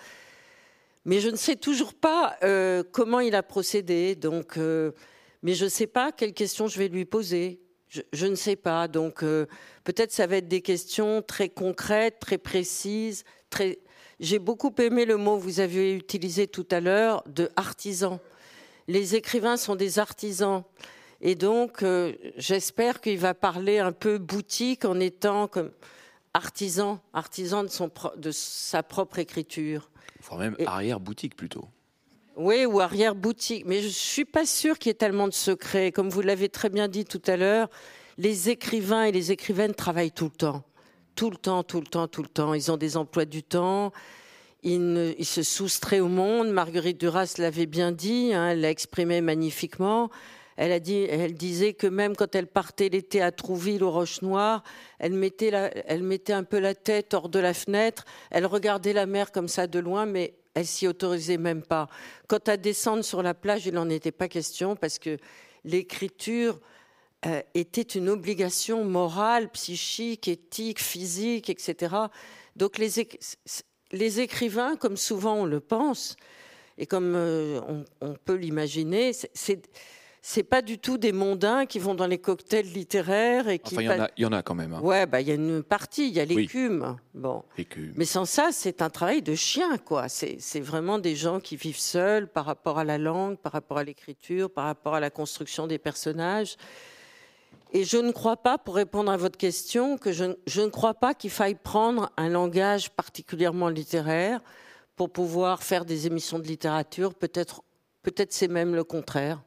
Mais je ne sais toujours pas euh, comment il a procédé, donc, euh, mais je ne sais pas quelles questions je vais lui poser. Je, je ne sais pas, donc euh, peut-être ça va être des questions très concrètes, très précises, très... J'ai beaucoup aimé le mot que vous avez utilisé tout à l'heure de artisan. Les écrivains sont des artisans. Et donc, euh, j'espère qu'il va parler un peu boutique en étant comme artisan, artisan de, son pro- de sa propre écriture. Enfin, même Et... arrière-boutique plutôt. Oui, ou arrière-boutique. Mais je ne suis pas sûre qu'il y ait tellement de secrets. Comme vous l'avez très bien dit tout à l'heure, les écrivains et les écrivaines travaillent tout le temps. Tout le temps, tout le temps, tout le temps. Ils ont des emplois du temps, ils, ne, ils se soustraient au monde. Marguerite Duras l'avait bien dit, hein, elle l'a exprimé magnifiquement. Elle, a dit, elle disait que même quand elle partait l'été à Trouville, aux Roches-Noires, elle mettait, la, elle mettait un peu la tête hors de la fenêtre, elle regardait la mer comme ça de loin, mais elle s'y autorisait même pas. Quant à descendre sur la plage, il n'en était pas question, parce que l'écriture euh, était une obligation morale, psychique, éthique, physique, et cetera. Donc les, éc- les écrivains, comme souvent on le pense, et comme euh, on, on peut l'imaginer, c'est, c'est c'est pas du tout des mondains qui vont dans les cocktails littéraires et qui. Enfin, il y en a, il y en a quand même. Hein. Ouais, bah il y a une partie, il y a l'écume. Oui. Bon. L'écume. Mais sans ça, c'est un travail de chien, quoi. C'est, c'est vraiment des gens qui vivent seuls par rapport à la langue, par rapport à l'écriture, par rapport à la construction des personnages. Et je ne crois pas, pour répondre à votre question, que je, je ne crois pas qu'il faille prendre un langage particulièrement littéraire pour pouvoir faire des émissions de littérature. Peut-être, peut-être c'est même le contraire.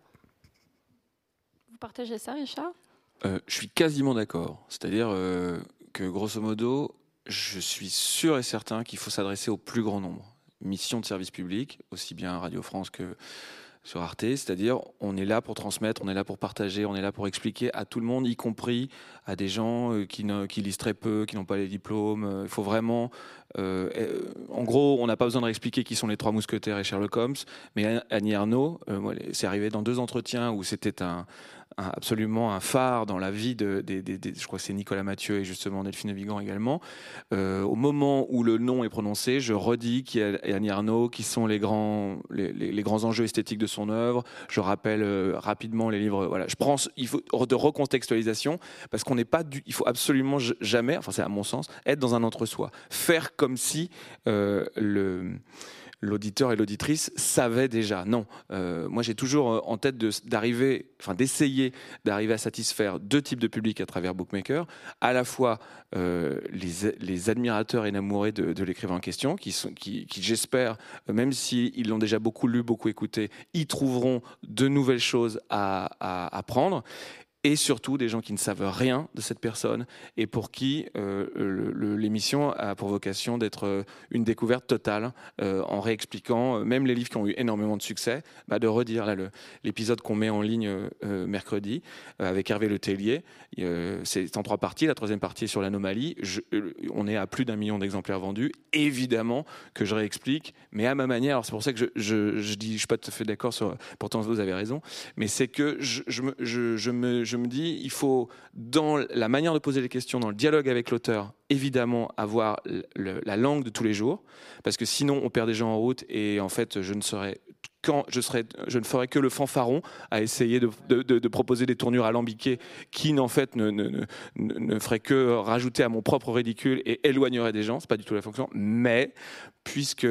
Vous partagez ça, Richard ? euh, Je suis quasiment d'accord. C'est-à-dire euh, que, grosso modo, je suis sûr et certain qu'il faut s'adresser au plus grand nombre. Mission de service public, aussi bien à Radio France que sur Arte, c'est-à-dire on est là pour transmettre, on est là pour partager, on est là pour expliquer à tout le monde, y compris à des gens qui, ne, qui lisent très peu, qui n'ont pas les diplômes. Il faut vraiment... Euh, en gros, on n'a pas besoin de réexpliquer qui sont les Trois Mousquetaires et Sherlock Holmes, mais Annie Ernaux, euh, moi, c'est arrivé dans deux entretiens où c'était un... Un, absolument un phare dans la vie de, de, de, de, je crois que c'est Nicolas Mathieu et justement Delphine Vigan également. Euh, au moment où le nom est prononcé, je redis qu'il y a Annie Ernaux, qui sont les grands, les, les, les grands enjeux esthétiques de son œuvre. Je rappelle euh, rapidement les livres. Voilà, je prends, il faut de recontextualisation parce qu'on n'est pas du, il faut absolument jamais, enfin c'est à mon sens, être dans un entre-soi, faire comme si euh, le l'auditeur et l'auditrice savaient déjà. Non, euh, moi j'ai toujours en tête de, d'arriver, enfin d'essayer d'arriver à satisfaire deux types de publics à travers Bookmaker, à la fois euh, les, les admirateurs énamourés de, de l'écrivain en question, qui, sont, qui, qui j'espère, même s'ils l'ont déjà beaucoup lu, beaucoup écouté, y trouveront de nouvelles choses à, à apprendre. Et surtout des gens qui ne savent rien de cette personne et pour qui euh, le, le, l'émission a pour vocation d'être une découverte totale euh, en réexpliquant, euh, même les livres qui ont eu énormément de succès, bah, de redire là, le, l'épisode qu'on met en ligne euh, mercredi euh, avec Hervé Le Tellier. Euh, c'est en trois parties, la troisième partie est sur l'anomalie. Je, euh, on est à plus d'un million d'exemplaires vendus. Évidemment que je réexplique, mais à ma manière. Alors c'est pour ça que je, je, je dis, je suis pas tout à fait d'accord sur. Pourtant vous avez raison, mais c'est que je, je me, je, je me, je me dis, il faut dans la manière de poser les questions, dans le dialogue avec l'auteur, évidemment avoir le, la langue de tous les jours, parce que sinon on perd des gens en route et en fait je ne serais quand je, serais, je ne ferais que le fanfaron à essayer de, de, de, de proposer des tournures alambiquées qui en fait ne, ne, ne, ne feraient que rajouter à mon propre ridicule et éloigneraient des gens. C'est pas du tout la fonction, mais puisque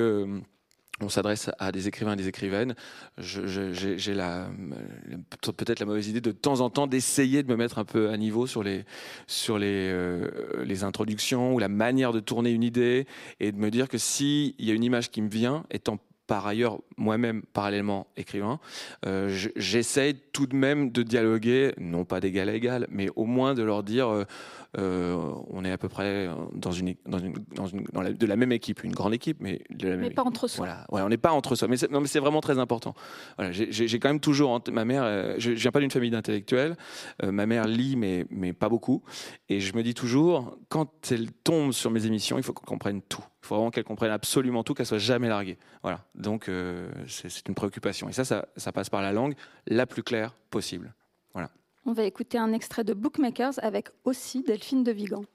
on s'adresse à des écrivains et des écrivaines, je, je, j'ai, j'ai la, peut-être la mauvaise idée de, de temps en temps d'essayer de me mettre un peu à niveau sur les, sur les, euh, les introductions ou la manière de tourner une idée et de me dire que s'il y a une image qui me vient, étant par ailleurs moi-même parallèlement écrivain, euh, j'essaye tout de même de dialoguer, non pas d'égal à égal, mais au moins de leur dire euh, euh, on est à peu près dans une, dans une, dans une dans la, de la même équipe, une grande équipe, mais de la même mais équipe. Pas entre soi. Voilà, ouais, on n'est pas entre soi, mais c'est, non, mais c'est vraiment très important. Voilà, j'ai, j'ai quand même toujours ma mère, euh, je, je viens pas d'une famille d'intellectuels, euh, ma mère lit mais mais pas beaucoup, et je me dis toujours quand elle tombe sur mes émissions, il faut qu'on comprenne tout. Il faut vraiment qu'elle comprenne absolument tout, qu'elle soit jamais larguée. Voilà. Donc euh, c'est, c'est une préoccupation. Et ça, ça, ça passe par la langue la plus claire possible. Voilà. On va écouter un extrait de Bookmakers avec aussi Delphine de Vigan.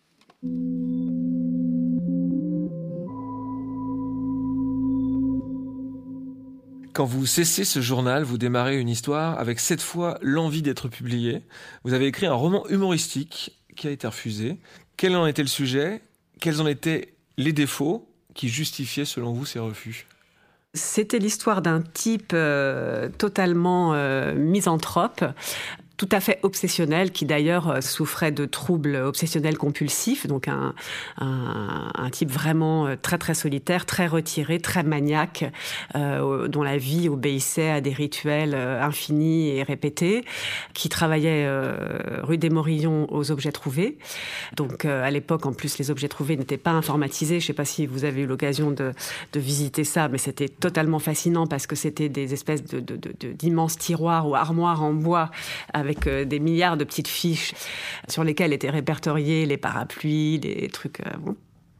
Quand vous cessez ce journal, vous démarrez une histoire avec cette fois l'envie d'être publié. Vous avez écrit un roman humoristique qui a été refusé. Quel en était le sujet ? Quels en étaient les défauts qui justifiaient, selon vous, ces refus ? C'était l'histoire d'un type euh, totalement euh, misanthrope, tout à fait obsessionnel, qui d'ailleurs souffrait de troubles obsessionnels compulsifs, donc un, un, un type vraiment très très solitaire, très retiré, très maniaque, euh, dont la vie obéissait à des rituels infinis et répétés, qui travaillait euh, rue des Morillons aux objets trouvés. Donc euh, à l'époque, en plus, les objets trouvés n'étaient pas informatisés. Je ne sais pas si vous avez eu l'occasion de, de visiter ça, mais c'était totalement fascinant parce que c'était des espèces de, de, de, de, d'immenses tiroirs ou armoires en bois avec avec des milliards de petites fiches sur lesquelles étaient répertoriés les parapluies, les trucs... Euh, bon.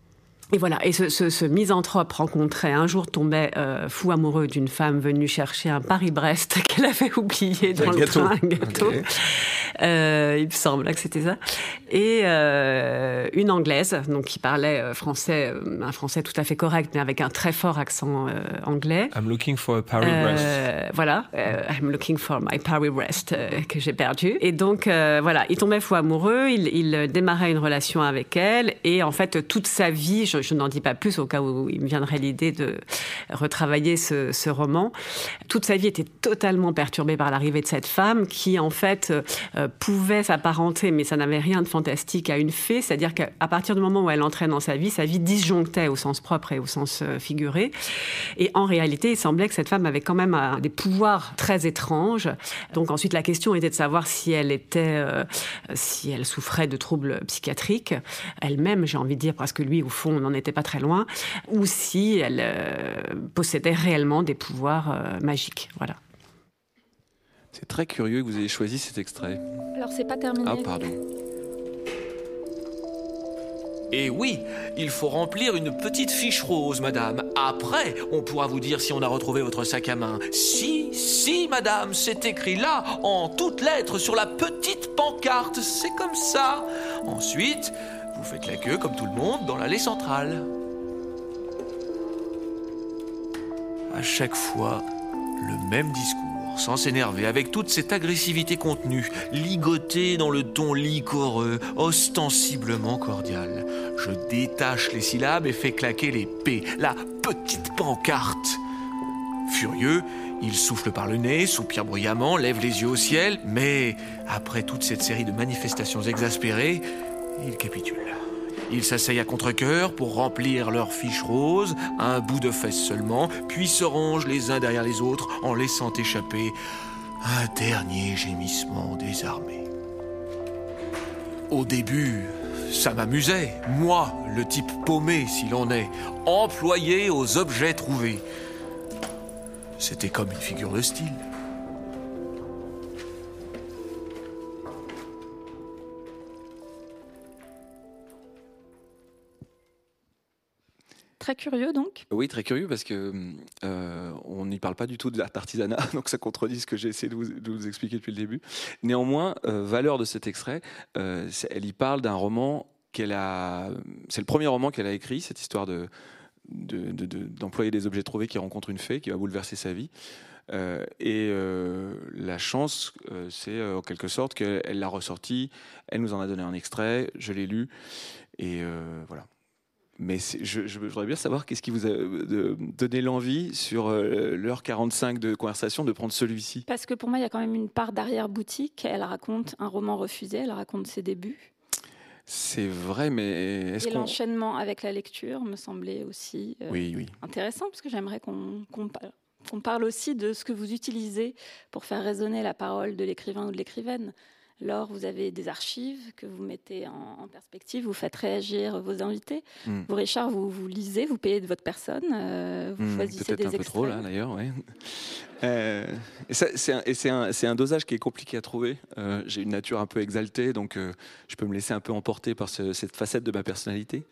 Et voilà, et ce, ce, ce misanthrope rencontrait un jour, tombait euh, fou amoureux d'une femme venue chercher un Paris-Brest qu'elle avait oublié dans un le gâteau. train, un gâteau. Okay. Euh, il me semble que c'était ça. Et euh, une Anglaise, donc qui parlait français, un français tout à fait correct, mais avec un très fort accent euh, anglais. I'm looking for a Paris-Brest. Euh, voilà, euh, I'm looking for my Paris-Brest euh, que j'ai perdu. Et donc euh, voilà, il tombait fou amoureux, il, il démarrait une relation avec elle, et en fait toute sa vie, je, je n'en dis pas plus au cas où il me viendrait l'idée de retravailler ce, ce roman, toute sa vie était totalement perturbée par l'arrivée de cette femme qui en fait euh, pouvait s'apparenter, mais ça n'avait rien de fantastique, à une fée, c'est-à-dire qu'à partir du moment où elle entrait dans sa vie, sa vie disjonctait au sens propre et au sens euh, figuré. Et en réalité, il semblait que cette femme avait quand même euh, des pouvoirs très étranges. Donc ensuite, la question était de savoir si elle était, euh, si elle souffrait de troubles psychiatriques, elle-même, j'ai envie de dire, parce que lui, au fond, on n'en était pas très loin, ou si elle euh, possédait réellement des pouvoirs euh, magiques. Voilà. C'est très curieux que vous ayez choisi cet extrait. Alors, c'est pas terminé. Ah, pardon. Et oui, il faut remplir une petite fiche rose, madame. Après, on pourra vous dire si on a retrouvé votre sac à main. Si, si, madame, c'est écrit là, en toutes lettres, sur la petite pancarte. C'est comme ça. Ensuite, vous faites la queue, comme tout le monde, dans l'allée centrale. À chaque fois, le même discours. Sans s'énerver, avec toute cette agressivité contenue, ligotée dans le ton liquoreux, ostensiblement cordial. Je détache les syllabes et fais claquer les P, la petite pancarte. Furieux, il souffle par le nez, soupire bruyamment, lève les yeux au ciel, mais après toute cette série de manifestations exaspérées, il capitule. Ils s'asseyent à contre-cœur pour remplir leur fiche rose, un bout de fesse seulement, puis se rangent les uns derrière les autres en laissant échapper un dernier gémissement désarmé. Au début, ça m'amusait, moi, le type paumé s'il en est, employé aux objets trouvés. C'était comme une figure de style. Très curieux, donc. Oui, très curieux, parce que euh, on n'y parle pas du tout d'artisanat, donc ça contredit ce que j'ai essayé de vous, de vous expliquer depuis le début. Néanmoins, euh, valeur de cet extrait, euh, elle y parle d'un roman qu'elle a... C'est le premier roman qu'elle a écrit, cette histoire de, de, de, de, d'employer des objets trouvés qui rencontre une fée, qui va bouleverser sa vie. Euh, et euh, la chance, euh, c'est euh, en quelque sorte qu'elle l'a ressorti, elle nous en a donné un extrait, je l'ai lu, et euh, voilà. Mais je, je voudrais bien savoir qu'est-ce qui vous a de, donné l'envie sur euh, l'heure quarante-cinq de conversation de prendre celui-ci. Parce que pour moi, il y a quand même une part d'arrière-boutique. Elle raconte un roman refusé, elle raconte ses débuts. C'est vrai, mais est-ce Et qu'on... l'enchaînement avec la lecture me semblait aussi euh, oui, oui. intéressant, parce que j'aimerais qu'on, qu'on, parle, qu'on parle aussi de ce que vous utilisez pour faire résonner la parole de l'écrivain ou de l'écrivaine. Laure, vous avez des archives que vous mettez en, en perspective, vous faites réagir vos invités. Mm. Vous, Richard, vous, vous lisez, vous payez de votre personne, euh, vous mm, choisissez peut-être des un peu extraits. Trop, là, d'ailleurs, ouais. euh, et ça, c'est, un, et c'est, un, c'est un dosage qui est compliqué à trouver. Euh, j'ai une nature un peu exaltée, donc euh, je peux me laisser un peu emporter par ce, cette facette de ma personnalité.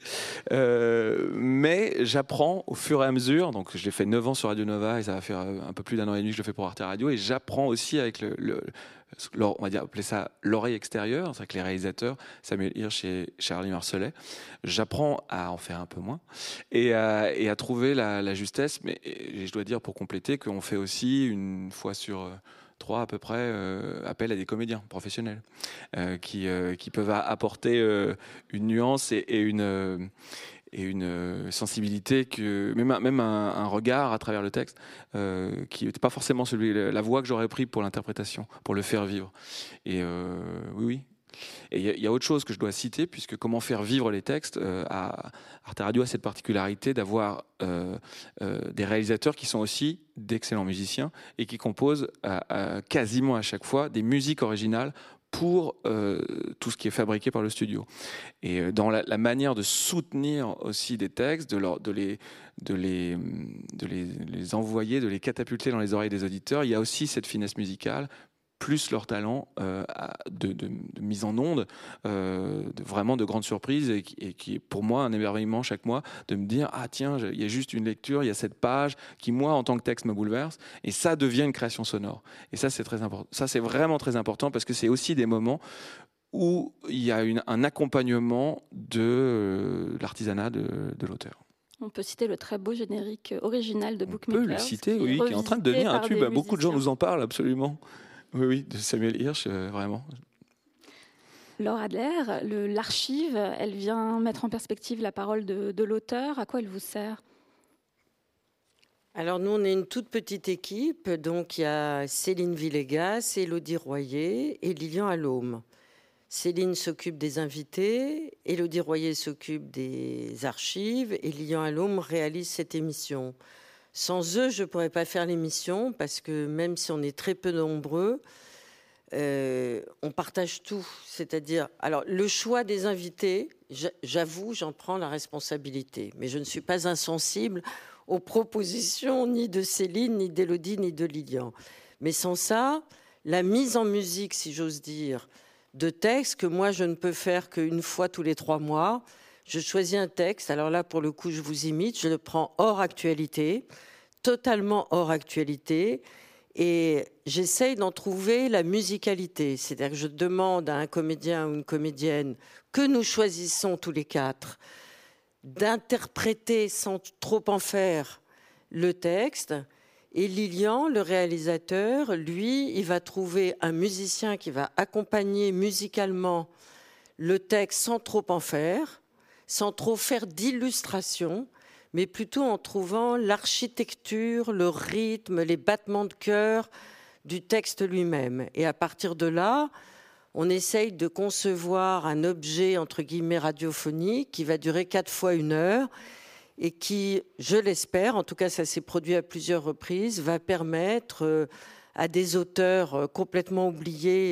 Euh, mais j'apprends au fur et à mesure, donc j'ai fait neuf ans sur Radio Nova, et ça va faire un peu plus d'un an et demi que je le fais pour Arte Radio, et j'apprends aussi avec le... le on va dire, appeler ça l'oreille extérieure, c'est-à-dire que les réalisateurs, Samuel Hirsch et Charlie Marcelet, j'apprends à en faire un peu moins et à, et à trouver la, la justesse, mais et je dois dire pour compléter qu'on fait aussi une fois sur trois à peu près euh, appel à des comédiens professionnels euh, qui, euh, qui peuvent apporter euh, une nuance et, et une... Euh, et une sensibilité, que, même, un, même un, un regard à travers le texte euh, qui n'était pas forcément celui, la voix que j'aurais pris pour l'interprétation, pour le faire vivre. Et euh, oui, oui. Et il y, y a autre chose que je dois citer, puisque comment faire vivre les textes, euh, à, Arte Radio a cette particularité d'avoir euh, euh, des réalisateurs qui sont aussi d'excellents musiciens et qui composent à, à, quasiment à chaque fois des musiques originales pour euh, tout ce qui est fabriqué par le studio. Et euh, dans la, la manière de soutenir aussi des textes, de, leur, de, les, de, les, de les, les envoyer, de les catapulter dans les oreilles des auditeurs, il y a aussi cette finesse musicale plus leur talent euh, de, de, de mise en onde, euh, de, vraiment de grandes surprises, et, et qui est pour moi un émerveillement chaque mois de me dire ah tiens, il y a juste une lecture, il y a cette page qui moi en tant que texte me bouleverse, et ça devient une création sonore. Et ça c'est très important. Ça c'est vraiment très important parce que c'est aussi des moments où il y a une, un accompagnement de euh, l'artisanat de, de l'auteur. On peut citer le très beau générique original de Bookmakers. On peut le citer, oui, qui est en train de devenir un tube. Beaucoup de gens nous en parlent, absolument. Oui, oui, de Samuel Hirsch, euh, vraiment. Laure Adler, le, l'archive, elle vient mettre en perspective la parole de, de l'auteur. À quoi elle vous sert ? Alors nous, on est une toute petite équipe. Donc il y a Céline Villegas, Élodie Royer et Lilian Allôme. Céline s'occupe des invités, Élodie Royer s'occupe des archives et Lilian Allôme réalise cette émission. Sans eux, je ne pourrais pas faire l'émission parce que même si on est très peu nombreux, euh, on partage tout. C'est-à-dire, alors le choix des invités, j'avoue, j'en prends la responsabilité, mais je ne suis pas insensible aux propositions ni de Céline, ni d'Élodie, ni de Lilian. Mais sans ça, la mise en musique, si j'ose dire, de textes que moi je ne peux faire qu'une fois tous les trois mois. Je choisis un texte, alors là pour le coup je vous imite, je le prends hors actualité, totalement hors actualité, et j'essaye d'en trouver la musicalité. C'est-à-dire que je demande à un comédien ou une comédienne que nous choisissons tous les quatre d'interpréter sans trop en faire le texte. Et Lilian, le réalisateur, lui, il va trouver un musicien qui va accompagner musicalement le texte sans trop en faire, sans trop faire d'illustration, mais plutôt en trouvant l'architecture, le rythme, les battements de cœur du texte lui-même. Et à partir de là, on essaye de concevoir un objet, entre guillemets, radiophonique qui va durer quatre fois une heure et qui, je l'espère, en tout cas ça s'est produit à plusieurs reprises, va permettre à des auteurs complètement oubliés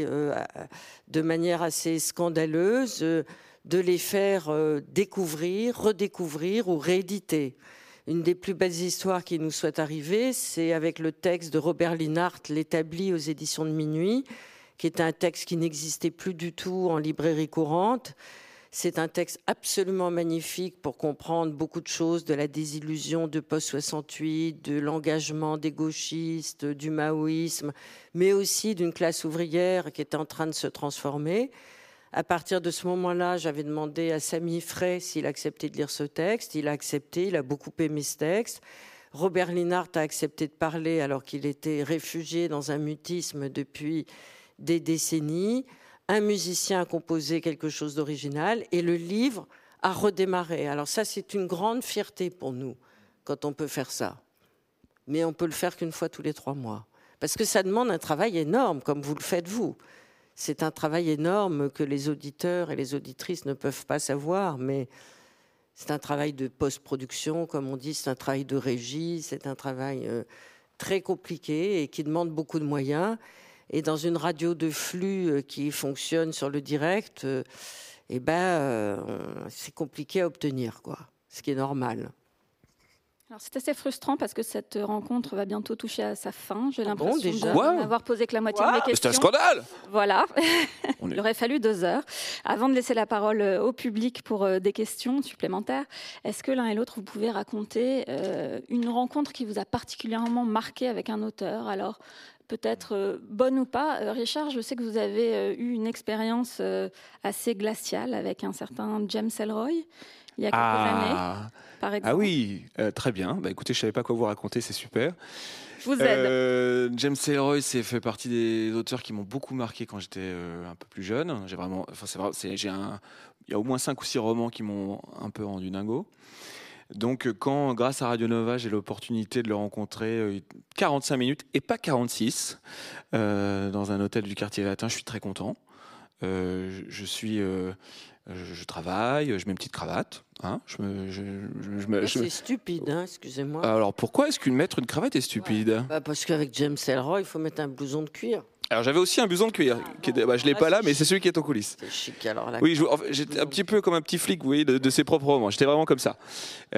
de manière assez scandaleuse de les faire découvrir, redécouvrir ou rééditer. Une des plus belles histoires qui nous soit arrivée, c'est avec le texte de Robert Linhart, L'Établi aux éditions de Minuit, qui est un texte qui n'existait plus du tout en librairie courante. C'est un texte absolument magnifique pour comprendre beaucoup de choses, de la désillusion de post soixante-huit, de l'engagement des gauchistes, du maoïsme, mais aussi d'une classe ouvrière qui était en train de se transformer. À partir de ce moment-là, j'avais demandé à Samy Frey s'il acceptait de lire ce texte. Il a accepté, il a beaucoup aimé ce texte. Robert Linhart a accepté de parler alors qu'il était réfugié dans un mutisme depuis des décennies. Un musicien a composé quelque chose d'original et le livre a redémarré. Alors ça, c'est une grande fierté pour nous quand on peut faire ça. Mais on peut le faire qu'une fois tous les trois mois. Parce que ça demande un travail énorme, comme vous le faites vous. C'est un travail énorme que les auditeurs et les auditrices ne peuvent pas savoir, mais c'est un travail de post-production, comme on dit, c'est un travail de régie, c'est un travail euh, très compliqué et qui demande beaucoup de moyens. Et dans une radio de flux euh, qui fonctionne sur le direct, euh, eh ben, euh, c'est compliqué à obtenir, quoi, ce qui est normal. Alors c'est assez frustrant parce que cette rencontre va bientôt toucher à sa fin. J'ai l'impression bon, déjà de n'avoir posé que la moitié wow. de mes questions. C'est un scandale. Voilà. On est... Il aurait fallu deux heures. Avant de laisser la parole au public pour des questions supplémentaires, est-ce que l'un et l'autre, vous pouvez raconter euh, une rencontre qui vous a particulièrement marqué avec un auteur ? Alors, peut-être euh, bonne ou pas. Euh, Richard, je sais que vous avez euh, eu une expérience euh, assez glaciale avec un certain James Ellroy, il y a quelques ah. années, par exemple. Ah oui, euh, très bien. Bah, écoutez, je ne savais pas quoi vous raconter, c'est super. Je vous aide. Euh, James Ellroy, c'est fait partie des auteurs qui m'ont beaucoup marqué quand j'étais euh, un peu plus jeune. J'ai vraiment, enfin, c'est vrai, c'est, j'ai un, il y a au moins cinq ou six romans qui m'ont un peu rendu dingo. Donc, quand, grâce à Radio Nova, j'ai l'opportunité de le rencontrer euh, quarante-cinq minutes et pas quarante-six euh, dans un hôtel du quartier latin, je suis très content. Euh, je, je suis, euh, je, je travaille, je mets une petite cravate. Hein, je me, je, je, je me, c'est je... stupide, hein, excusez-moi. Alors, pourquoi est-ce qu'une mettre une cravate est stupide ? bah Parce qu'avec James Ellroy, il faut mettre un blouson de cuir. Alors j'avais aussi un blouson de cuir. Qui est, bah, je l'ai Ah, pas là, c'est mais c'est chic. celui qui est en coulisses. C'est chic alors là. Oui, je- en fait, j'étais un petit peu comme un petit flic, vous voyez, de, de ses propres romans. J'étais vraiment comme ça.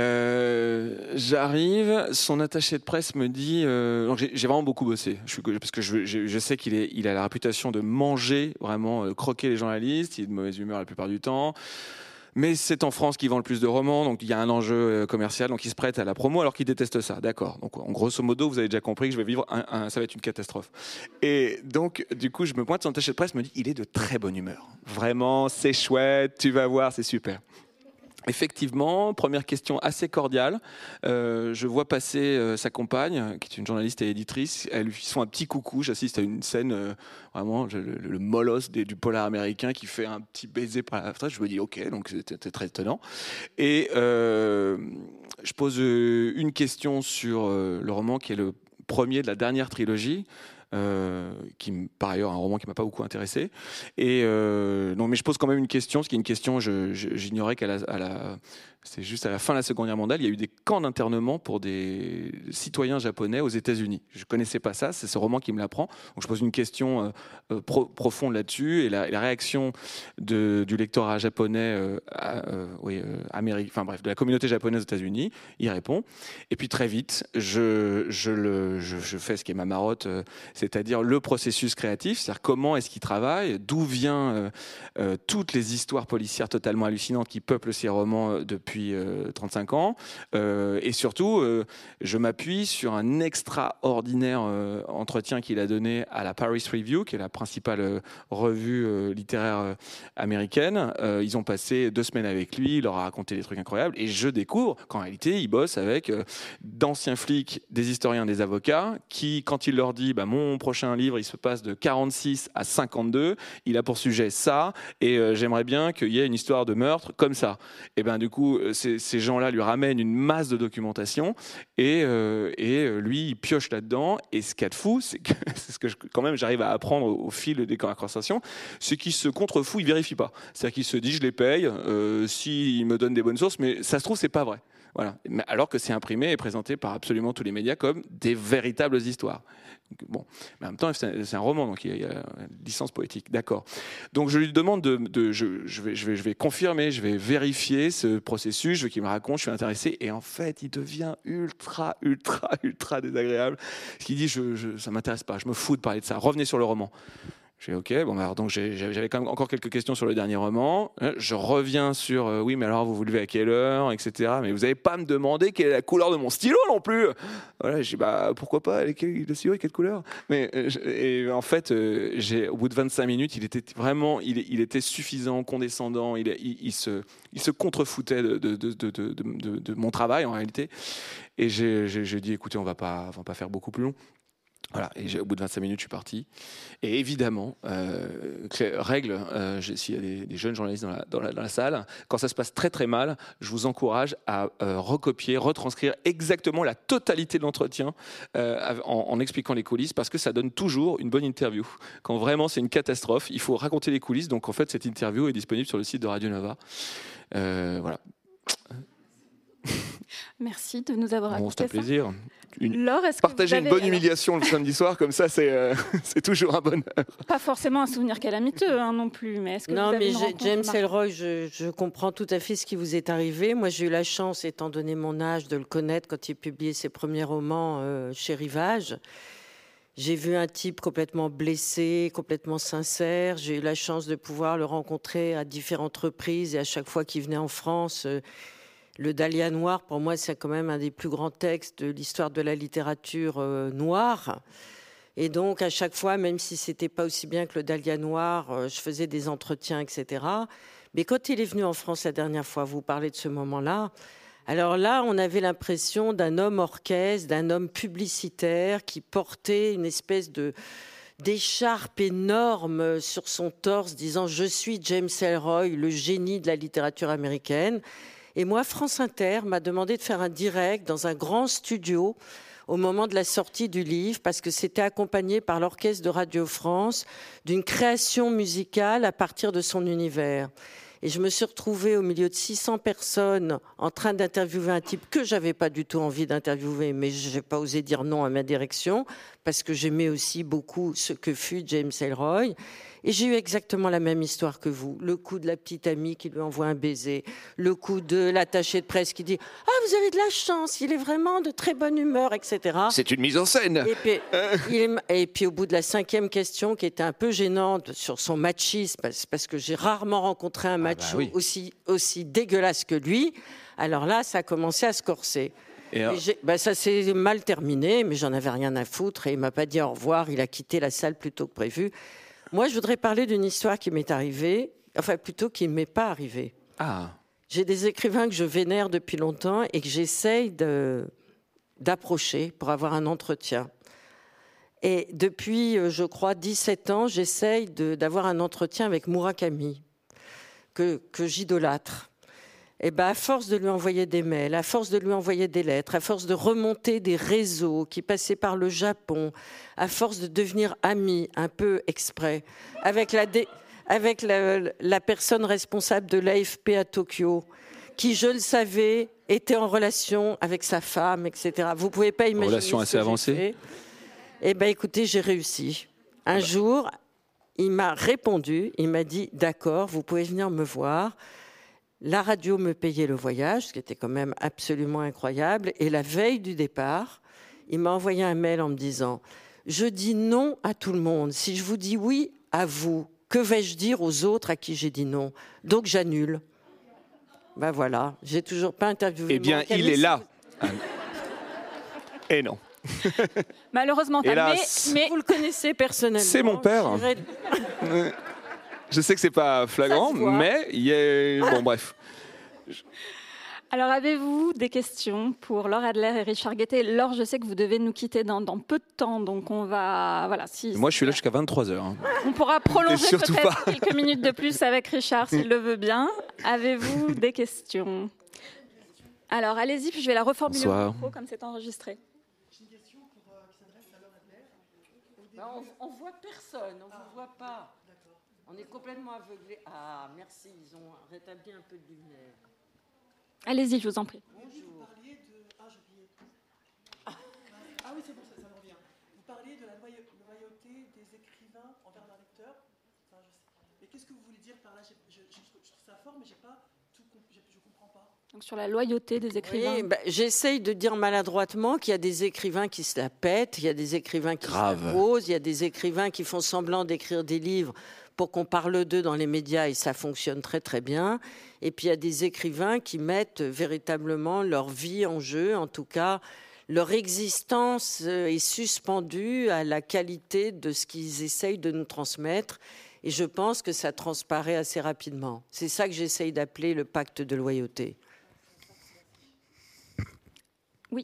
Euh, j'arrive, son attaché de presse me dit, euh, donc j'ai, j'ai vraiment beaucoup bossé, je suis, parce que je, je, je sais qu'il est, il a la réputation de manger, vraiment euh, croquer les journalistes. Il est de mauvaise humeur la plupart du temps. Mais c'est en France qu'il vend le plus de romans, donc il y a un enjeu commercial, donc il se prête à la promo alors qu'il déteste ça. D'accord. Donc en grosso modo, vous avez déjà compris que je vais vivre un, un, ça va être une catastrophe. Et donc du coup, je me pointe, son attaché de presse me dit, il est de très bonne humeur. Vraiment, c'est chouette, tu vas voir, c'est super. Effectivement, première question assez cordiale. Euh, je vois passer euh, sa compagne, qui est une journaliste et éditrice. Elles lui font un petit coucou. J'assiste à une scène, euh, vraiment, le, le, le molosse des, du polar américain qui fait un petit baiser par la fenêtre. Je me dis, ok, donc c'était très étonnant. Et euh, je pose une question sur euh, le roman qui est le premier de la dernière trilogie. Euh, qui par ailleurs un roman qui m'a pas beaucoup intéressé et euh, non mais je pose quand même une question, ce qui est une question je, je, j'ignorais qu'à la, à la c'est juste à la fin de la Seconde Guerre mondiale, il y a eu des camps d'internement pour des citoyens japonais aux États-Unis. Je connaissais pas ça, c'est ce roman qui me l'apprend. Donc je pose une question euh, pro, profonde là-dessus et la, et la réaction de, du lectorat japonais, euh, euh, oui, euh, américain, enfin bref, de la communauté japonaise aux États-Unis, il répond. Et puis très vite, je, je, le, je, je fais ce qui est ma marotte, euh, c'est-à-dire le processus créatif, c'est-à-dire comment est-ce qu'il travaille, d'où viennent euh, euh, toutes les histoires policières totalement hallucinantes qui peuplent ces romans euh, depuis euh, trente-cinq ans, euh, et surtout, euh, je m'appuie sur un extraordinaire euh, entretien qu'il a donné à la Paris Review, qui est la principale euh, revue euh, littéraire euh, américaine. Euh, ils ont passé deux semaines avec lui, il leur a raconté des trucs incroyables, et je découvre qu'en réalité, il bosse avec euh, d'anciens flics, des historiens, des avocats, qui, quand il leur dit bah, « mon prochain livre, il se passe de quarante-six à cinquante-deux, il a pour sujet ça, et euh, j'aimerais bien qu'il y ait une histoire de meurtre comme ça ». Et ben du coup, ces, ces gens-là lui ramènent une masse de documentation, et, euh, et lui, il pioche là-dedans, et ce qu'il y a de fou, c'est que, c'est ce que je, quand même j'arrive à apprendre au, au fil des conversations, c'est qu'il se contrefou, il vérifie pas. C'est-à-dire qu'il se dit, je les paye, euh, s'il me donne des bonnes sources, mais ça se trouve, c'est pas vrai. Voilà. Alors que c'est imprimé et présenté par absolument tous les médias comme des véritables histoires. Donc, bon, mais en même temps, c'est un, c'est un roman, donc il y, a, il y a une licence poétique, d'accord. Donc je lui demande de, de je, je, vais, je, vais, je vais confirmer, je vais vérifier ce processus, je veux qu'il me raconte, je suis intéressé, et en fait, il devient ultra, ultra, ultra désagréable. Ce qu'il dit, je, je, ça m'intéresse pas, je me fous de parler de ça. Revenez sur le roman. J'ai ok, bon alors donc j'ai, j'avais quand même encore quelques questions sur le dernier roman. Je reviens sur euh, oui, mais alors vous vous levez à quelle heure, et cetera. Mais vous n'allez pas me demander quelle est la couleur de mon stylo non plus. Voilà, j'ai bah pourquoi pas, le stylo est quelle couleur. Mais euh, et en fait, euh, j'ai au bout de vingt-cinq minutes, il était vraiment, il, il était suffisant, condescendant. Il, il, il se, il se contrefoutait de, de, de, de, de, de, de mon travail en réalité. Et j'ai, j'ai, j'ai dit écoutez, on va pas, on va pas faire beaucoup plus long. Voilà, et au bout de vingt-cinq minutes, je suis parti. Et évidemment, euh, règle, euh, s'il y a des, des jeunes journalistes dans la, dans, la, dans la salle, quand ça se passe très très mal, je vous encourage à euh, recopier, retranscrire exactement la totalité de l'entretien euh, en, en expliquant les coulisses, parce que ça donne toujours une bonne interview. Quand vraiment c'est une catastrophe, il faut raconter les coulisses. Donc en fait, cette interview est disponible sur le site de Radio Nova. Euh, voilà. Merci de nous avoir raconté bon, c'est un plaisir. Une... Laure, est-ce Partager que vous avez... une bonne humiliation le samedi soir, comme ça, c'est, euh, c'est toujours un bonheur. Pas forcément un souvenir calamiteux hein, non plus, mais est-ce que non, vous avez mais une James Ellroy, je, je comprends tout à fait ce qui vous est arrivé. Moi, j'ai eu la chance, étant donné mon âge, de le connaître quand il publiait ses premiers romans euh, chez Rivage. J'ai vu un type complètement blessé, complètement sincère. J'ai eu la chance de pouvoir le rencontrer à différentes reprises, et à chaque fois qu'il venait en France... Euh, Le Dahlia noir, pour moi, c'est quand même un des plus grands textes de l'histoire de la littérature euh, noire. Et donc, à chaque fois, même si ce n'était pas aussi bien que le Dahlia noir, euh, je faisais des entretiens, et cetera. Mais quand il est venu en France la dernière fois, vous parlez de ce moment-là, alors là, on avait l'impression d'un homme orchestre, d'un homme publicitaire qui portait une espèce de... d'écharpe énorme sur son torse, disant « Je suis James Ellroy, le génie de la littérature américaine ». Et moi, France Inter m'a demandé de faire un direct dans un grand studio au moment de la sortie du livre, parce que c'était accompagné par l'orchestre de Radio France d'une création musicale à partir de son univers. Et je me suis retrouvée au milieu de six cents personnes en train d'interviewer un type que j'avais pas du tout envie d'interviewer, mais je n'ai pas osé dire non à ma direction parce que j'aimais aussi beaucoup ce que fut James Ellroy. Et j'ai eu exactement la même histoire que vous. Le coup de la petite amie qui lui envoie un baiser, le coup de l'attaché de presse qui dit « Ah, vous avez de la chance, il est vraiment de très bonne humeur, et cetera » C'est une mise en scène. Et puis, il, et puis au bout de la cinquième question, qui était un peu gênante sur son machisme, parce, parce que j'ai rarement rencontré un macho ah bah oui. aussi, aussi dégueulasse que lui, alors là, ça a commencé à se corser. Et alors... et bah, ça s'est mal terminé, mais j'en avais rien à foutre et il m'a pas dit au revoir, il a quitté la salle plus tôt que prévu. Moi, je voudrais parler d'une histoire qui m'est arrivée, enfin plutôt qui ne m'est pas arrivée. Ah. J'ai des écrivains que je vénère depuis longtemps et que j'essaye de, d'approcher pour avoir un entretien. Et depuis, je crois, dix-sept ans, j'essaye de, d'avoir un entretien avec Murakami, que, que j'idolâtre. Et ben, à force de lui envoyer des mails, à force de lui envoyer des lettres, à force de remonter des réseaux qui passaient par le Japon, à force de devenir ami, un peu exprès, avec la, dé... avec la, la personne responsable de l'A F P à Tokyo, qui, je le savais, était en relation avec sa femme, et cetera. Vous ne pouvez pas imaginer. Relation assez avancée. Eh bien, écoutez, j'ai réussi. Un jour, il m'a répondu, il m'a dit « D'accord, vous pouvez venir me voir ». La radio me payait le voyage, ce qui était quand même absolument incroyable. Et la veille du départ, il m'a envoyé un mail en me disant « Je dis non à tout le monde. Si je vous dis oui à vous, que vais-je dire aux autres à qui j'ai dit non ? Donc j'annule. » Ben voilà, j'ai toujours pas interviewé. Eh bien, il est là. Et non. Malheureusement, pas. Mais, mais vous le connaissez personnellement. C'est mon père. Je sais que c'est pas flagrant, mais il y a... Bon, bref. Alors, avez-vous des questions pour Laure Adler et Richard Guettet ? Laure, je sais que vous devez nous quitter dans, dans peu de temps, donc on va... Voilà, si, Moi, je suis là jusqu'à vingt-trois heures. Hein. On pourra prolonger peut-être pas. quelques minutes de plus avec Richard, s'il le veut bien. Avez-vous des questions ? Alors, allez-y, puis je vais la reformuler au micro, comme c'est enregistré. J'ai une question pour, euh, qui s'adresse à Laure Adler. Ben, on ne voit personne, on ne ah. vous voit pas. On est complètement aveuglés. Ah, merci, ils ont rétabli un peu de lumière. Allez-y, je vous en prie. Bonjour. Vous parliez de... Ah, j'ai oublié. Ah. ah oui, c'est bon, ça, ça me revient. Vous parliez de la loyauté des écrivains envers leur lecteur. Enfin, je sais. Mais qu'est-ce que vous voulez dire par là ? je, je, je, je trouve ça fort, mais j'ai pas tout compris. Je ne comprends pas. Donc sur la loyauté des écrivains. Oui, bah, j'essaye de dire maladroitement qu'il y a des écrivains qui se la pètent, il y a des écrivains qui Grave. se la posent, il y a des écrivains qui font semblant d'écrire des livres pour qu'on parle d'eux dans les médias et ça fonctionne très très bien. Et puis il y a des écrivains qui mettent véritablement leur vie en jeu, en tout cas leur existence est suspendue à la qualité de ce qu'ils essayent de nous transmettre. Et je pense que ça transparaît assez rapidement. C'est ça que j'essaye d'appeler le pacte de loyauté. Oui.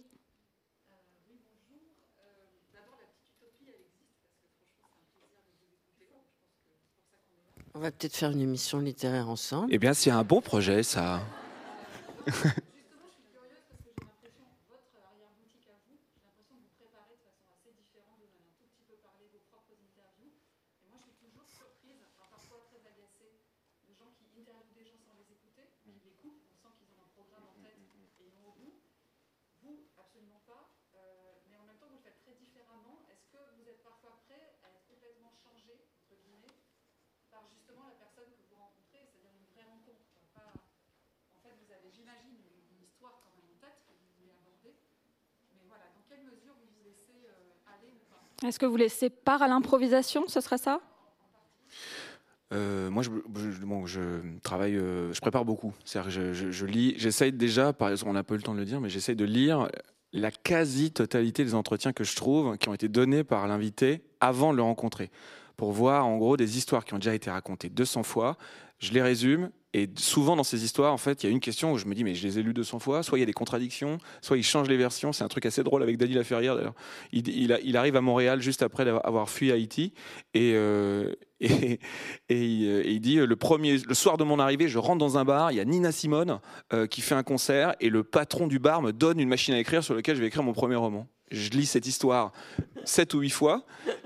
On va peut-être faire une émission littéraire ensemble. Eh bien, c'est un bon projet, ça. Justement, je suis curieuse parce que j'ai l'impression que votre arrière-boutique à vous, j'ai l'impression que vous préparez de façon assez différente. Vous en avez un tout petit peu parlé, vos propres interviews. Et moi, je suis toujours surprise, enfin, parfois très agacée, de gens qui interviewent des gens sans les écouter, qui les coupent, on sent qu'ils ont un programme en tête et ils vont au bout. Vous, absolument pas. Euh, mais en même temps, vous le faites très différemment. Est-ce que vous êtes parfois prêt à être complètement changé, entre guillemets, par justement la personne que vous rencontrez, c'est-à-dire une vraie rencontre, pas... En fait, vous avez, j'imagine, une histoire quand même en tête que vous voulez aborder. Mais voilà, dans quelle mesure vous vous laissez euh, aller ou pas ? Est-ce que vous laissez part à l'improvisation, ce serait ça ? Euh, moi, je, je, bon, je travaille, euh, je prépare beaucoup. C'est-à-dire que je, je, je lis, j'essaye déjà, par exemple, on n'a pas eu le temps de le dire, mais j'essaye de lire la quasi-totalité des entretiens que je trouve qui ont été donnés par l'invité avant de le rencontrer, pour voir en gros des histoires qui ont déjà été racontées deux cents fois. Je les résume. Et souvent, dans ces histoires, en fait, il y a une question où je me dis, mais je les ai lues deux cents fois, soit il y a des contradictions, soit ils changent les versions. C'est un truc assez drôle avec Dany Laferrière, d'ailleurs. Il, il, a, il arrive à Montréal juste après avoir fui Haïti. Et, euh, et, et, il, et il dit, le, premier, le soir de mon arrivée, je rentre dans un bar, il y a Nina Simone euh, qui fait un concert, et le patron du bar me donne une machine à écrire sur laquelle je vais écrire mon premier roman. Je lis cette histoire sept ou huit fois.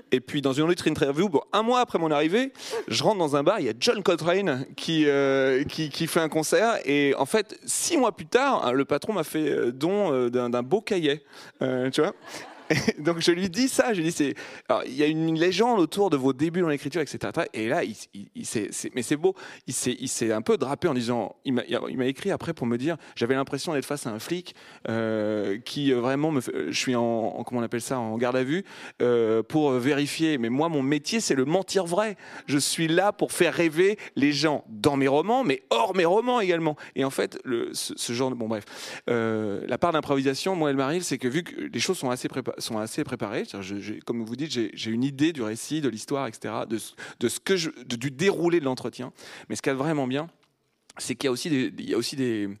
Et puis dans une autre interview, bon, un mois après mon arrivée, je rentre dans un bar, il y a John Coltrane qui, euh, qui, qui fait un concert. Et en fait, six mois plus tard, le patron m'a fait don d'un, d'un beau cahier. Euh, tu vois ? Et donc je lui dis ça, je lui dis c'est, alors, il y a une légende autour de vos débuts dans l'écriture, et cetera. Et là, il, il, il s'est, c'est, mais c'est beau, il s'est, il s'est un peu drapé en disant, il m'a, il m'a écrit après pour me dire, j'avais l'impression d'être face à un flic euh, qui vraiment me, fait, je suis en, en, comment on appelle ça, en garde à vue euh, pour vérifier. Mais moi, mon métier, c'est le mentir vrai. Je suis là pour faire rêver les gens dans mes romans, mais hors mes romans également. Et en fait, le, ce, ce genre de, bon bref, euh, la part d'improvisation, moi, elle m'arrive, c'est que vu que les choses sont assez préparées, sont assez préparés. Je, je, comme vous dites, j'ai, j'ai une idée du récit, de l'histoire, et cetera, de, de ce que je, de, du déroulé de l'entretien. Mais ce qui est vraiment bien, c'est qu'il y a aussi des, il y a aussi des,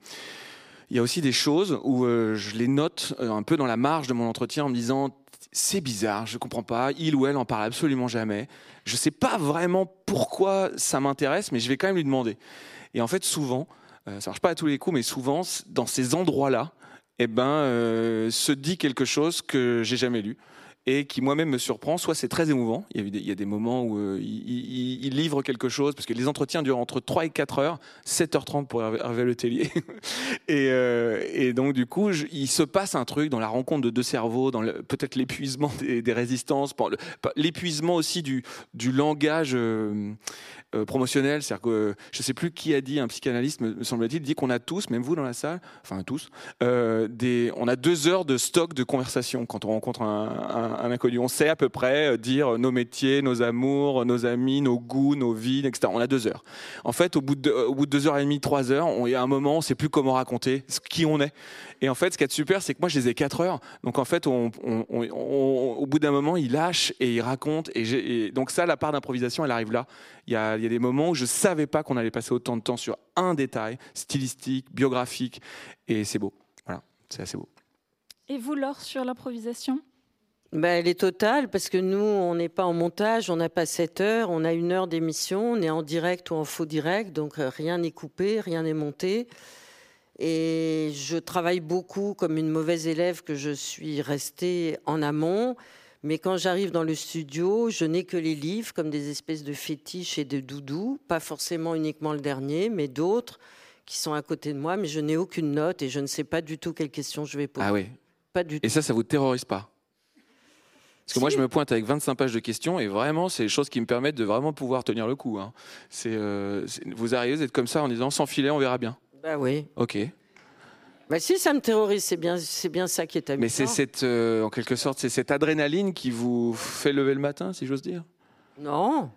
il y a aussi des choses où euh, je les note euh, un peu dans la marge de mon entretien en me disant c'est bizarre, je comprends pas, il ou elle en parle absolument jamais. Je sais pas vraiment pourquoi ça m'intéresse, mais je vais quand même lui demander. Et en fait, souvent, euh, ça marche pas à tous les coups, mais souvent, dans ces endroits-là, eh ben, euh, se dit quelque chose que j'ai jamais lu et qui moi-même me surprend. Soit c'est très émouvant, il y a des, il y a des moments où euh, il, il, il livre quelque chose, parce que les entretiens durent entre trois et quatre heures, sept heures trente pour Hervé Le Tellier. et, euh, et donc du coup, je, il se passe un truc dans la rencontre de deux cerveaux, dans le, peut-être l'épuisement des, des résistances, le, l'épuisement aussi du, du langage euh, euh, promotionnel. C'est-à-dire que euh, je ne sais plus qui a dit, un psychanalyste me, me semble-t-il, dit qu'on a tous, même vous dans la salle, enfin tous, euh, des, on a deux heures de stock de conversation quand on rencontre un, un, un inconnu. On sait à peu près dire nos métiers, nos amours, nos amis, nos goûts, nos vies, et cetera. On a deux heures. En fait, au bout de, au bout de deux heures et demie, trois heures, il y a un moment, on ne sait plus comment raconter qui on est. Et en fait, ce qui est super, c'est que moi, je les ai quatre heures. Donc en fait, on, on, on, on, au bout d'un moment, il lâche et il raconte. Et, j'ai, et donc ça, la part d'improvisation, elle arrive là. Il y a, il y a des moments où je ne savais pas qu'on allait passer autant de temps sur un détail stylistique, biographique. Et c'est beau. Voilà, c'est assez beau. Et vous, Laure, sur l'improvisation ? Ben, elle est totale, parce que nous, on n'est pas en montage, on n'a pas sept heures, on a une heure d'émission, on est en direct ou en faux direct, donc rien n'est coupé, rien n'est monté. Et je travaille beaucoup comme une mauvaise élève que je suis restée en amont. Mais quand j'arrive dans le studio, je n'ai que les livres comme des espèces de fétiches et de doudous. Pas forcément uniquement le dernier, mais d'autres qui sont à côté de moi. Mais je n'ai aucune note et je ne sais pas du tout quelles questions je vais poser. Ah oui. Pas du tout. Et ça, ça vous terrorise pas ? Parce que si. Moi, je me pointe avec vingt-cinq pages de questions et vraiment, c'est les choses qui me permettent de vraiment pouvoir tenir le coup. Hein. C'est, euh, c'est, vous arrivez, vous êtes comme ça en disant sans filet, on verra bien. Bah oui. Ok. Bah si, ça me terrorise, c'est bien, c'est bien ça qui est amusant. Mais c'est cette, euh, en quelque sorte, c'est cette adrénaline qui vous fait lever le matin, si j'ose dire. Non.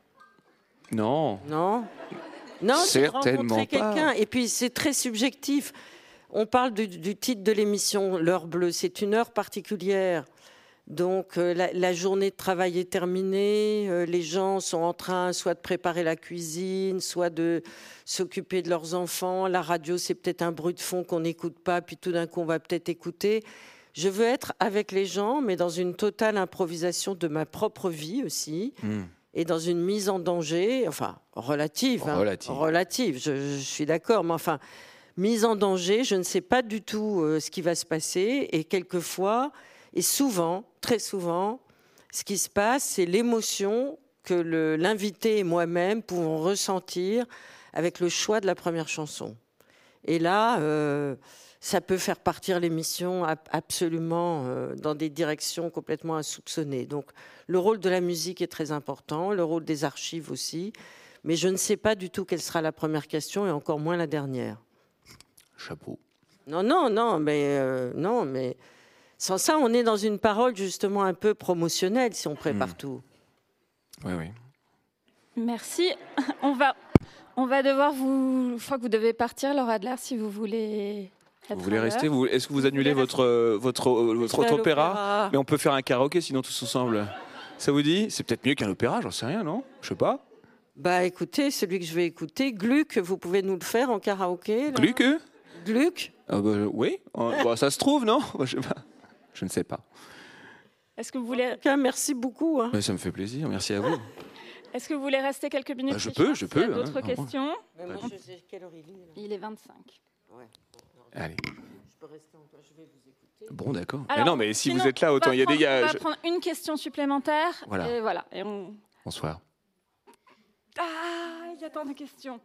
Non. Non. Non, c'est de rencontrer quelqu'un. Et puis c'est très subjectif. On parle du, du titre de l'émission, l'heure bleue. C'est une heure particulière. Donc euh, la, la journée de travail est terminée, euh, les gens sont en train soit de préparer la cuisine, soit de s'occuper de leurs enfants. La radio, c'est peut-être un bruit de fond qu'on n'écoute pas, puis tout d'un coup, on va peut-être écouter. Je veux être avec les gens, mais dans une totale improvisation de ma propre vie aussi, mmh. et dans une mise en danger, enfin relative, hein, relative, relative je, je suis d'accord, mais enfin, mise en danger, je ne sais pas du tout euh, ce qui va se passer, et quelquefois... Et souvent, très souvent, ce qui se passe, c'est l'émotion que le, l'invité et moi-même pouvons ressentir avec le choix de la première chanson. Et là, euh, ça peut faire partir l'émission absolument euh, dans des directions complètement insoupçonnées. Donc, le rôle de la musique est très important, le rôle des archives aussi. Mais je ne sais pas du tout quelle sera la première question et encore moins la dernière. Chapeau. Non, non, non, mais... Euh, non, mais sans ça, on est dans une parole justement un peu promotionnelle si on prépare mmh. tout. Oui, oui. Merci. On va, on va devoir vous... Je crois que vous devez partir, Laure Adler, si vous voulez... Vous voulez rester vous, Est-ce que vous, vous annulez votre, votre, votre, votre opéra ? Mais on peut faire un karaoké sinon tous ensemble. Ça vous dit ? C'est peut-être mieux qu'un opéra, j'en sais rien, non ? Je sais pas. Bah écoutez, celui que je vais écouter, Gluck, vous pouvez nous le faire en karaoké là ? Gluck ? Gluck ? Ah bah, oui, bon, ça se trouve, non ? Je sais pas. Je ne sais pas. Est-ce que vous voulez... Merci beaucoup. Hein. Mais ça me fait plaisir, merci à vous. Est-ce que vous voulez rester quelques minutes ? Bah, je peux, je peux. Il y a d'autres hein, questions ? Mais moi, je sais quelle heure il est, là. Il est vingt-cinq. Ouais. Allez. peux rester en toi, je vais vous écouter. Bon, d'accord. Alors, Mais non, mais si sinon, vous êtes là, autant on va y aller. Il y a- prendre- On va je- prendre une question supplémentaire. Voilà. Et voilà. Et on... Bonsoir. Ah, il y a tant de questions.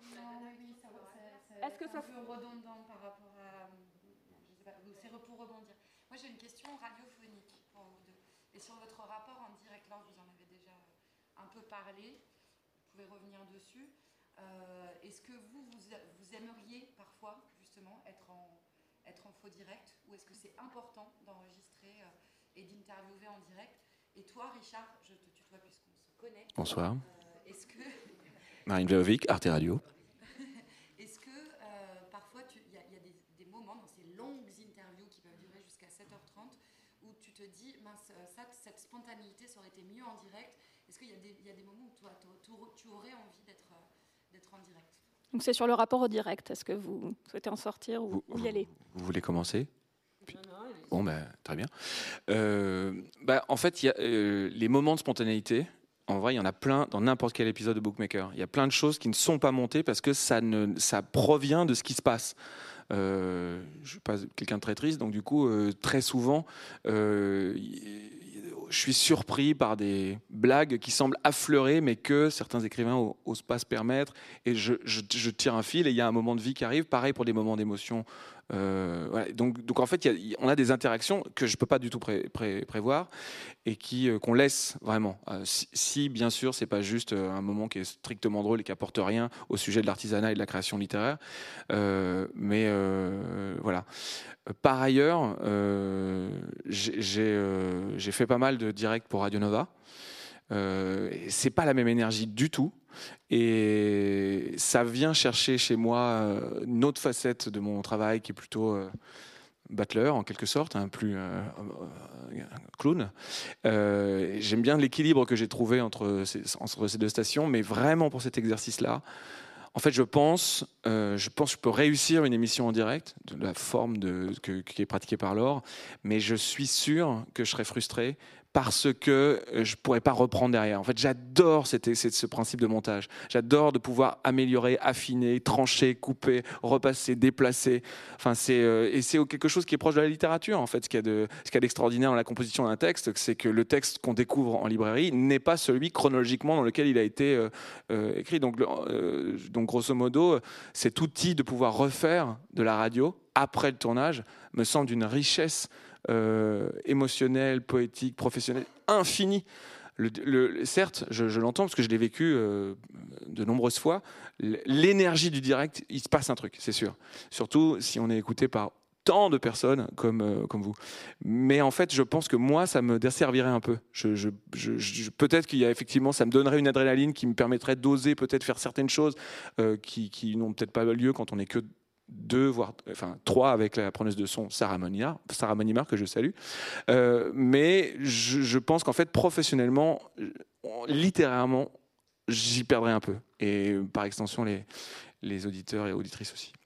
Est-ce que ça... un peu redondant par rapport à... Je sais pas, c'est pour rebondir. Moi, j'ai une question radiophonique pour vous deux. Et sur votre rapport en direct, là, vous en avez déjà un peu parlé. Vous pouvez revenir dessus. Euh, est-ce que vous, vous, vous aimeriez parfois, justement, être en, être en faux direct? Ou est-ce que c'est important d'enregistrer euh, et d'interviewer en direct? Et toi, Richard, je te tutoie puisqu'on se connaît. Bonsoir. Euh, est-ce que... Marine Vlahovic, Arte Radio. Est-ce que euh, parfois il y a, y a des, des moments dans ces longues interviews qui peuvent durer jusqu'à sept heures trente où tu te dis, mince, ça, cette spontanéité, ça aurait été mieux en direct. Est-ce qu'il y a des, y a des moments où toi, tu, tu aurais envie d'être, d'être en direct? Donc c'est sur le rapport au direct. Est-ce que vous souhaitez en sortir ou Vous, y aller? Vous voulez commencer? Puis... Bon, ben, très bien. Euh, bah, en fait, il y a euh, les moments de spontanéité. En vrai, il y en a plein dans n'importe quel épisode de Bookmaker. Il y a plein de choses qui ne sont pas montées parce que ça, ne, ça provient de ce qui se passe. Euh, je suis pas quelqu'un de très triste, donc du coup, euh, très souvent, euh, je suis surpris par des blagues qui semblent affleurées, mais que certains écrivains n'osent pas se permettre. Et je, je, je tire un fil et il y a un moment de vie qui arrive. Pareil pour des moments d'émotion. Euh, voilà. donc, donc en fait, y a, on a des interactions que je peux pas du tout pré, pré, prévoir et qui euh, qu'on laisse vraiment. Euh, si, si bien sûr, c'est pas juste un moment qui est strictement drôle et qui apporte rien au sujet de l'artisanat et de la création littéraire, euh, mais euh, voilà. Par ailleurs, euh, j'ai euh, j'ai fait pas mal de directs pour Radio Nova. Euh, c'est pas la même énergie du tout. Et ça vient chercher chez moi une autre facette de mon travail qui est plutôt euh, battleur en quelque sorte, hein, plus euh, euh, clown. Euh, J'aime bien l'équilibre que j'ai trouvé entre ces, entre ces deux stations, mais vraiment pour cet exercice-là, en fait, je pense, euh, je pense que je peux réussir une émission en direct de la forme de, que, qui est pratiquée par Laure, mais je suis sûr que je serais frustré parce que je ne pourrais pas reprendre derrière. En fait, j'adore cette, cette, ce principe de montage. J'adore de pouvoir améliorer, affiner, trancher, couper, repasser, déplacer. Enfin, c'est, euh, et c'est quelque chose qui est proche de la littérature, en fait. Ce qu'il y a de, ce qu'il y a d'extraordinaire dans la composition d'un texte, c'est que le texte qu'on découvre en librairie n'est pas celui chronologiquement dans lequel il a été euh, euh, écrit. Donc, euh, donc, grosso modo, cet outil de pouvoir refaire de la radio après le tournage me semble d'une richesse Euh, émotionnel, poétique, professionnel, infini. Le, le, certes, je, je l'entends parce que je l'ai vécu euh, de nombreuses fois. L'énergie du direct, il se passe un truc, c'est sûr. Surtout si on est écouté par tant de personnes comme, euh, comme vous. Mais en fait, je pense que moi, ça me desservirait un peu. Je, je, je, je, peut-être qu'il y a effectivement, ça me donnerait une adrénaline qui me permettrait d'oser peut-être faire certaines choses euh, qui, qui n'ont peut-être pas lieu quand on n'est que deux, voire enfin trois avec la preneuse de son Sarah Monimar, Sarah Monimar que je salue. Euh, mais je, je pense qu'en fait professionnellement, littérairement, j'y perdrais un peu. Et par extension les, les auditeurs et auditrices aussi.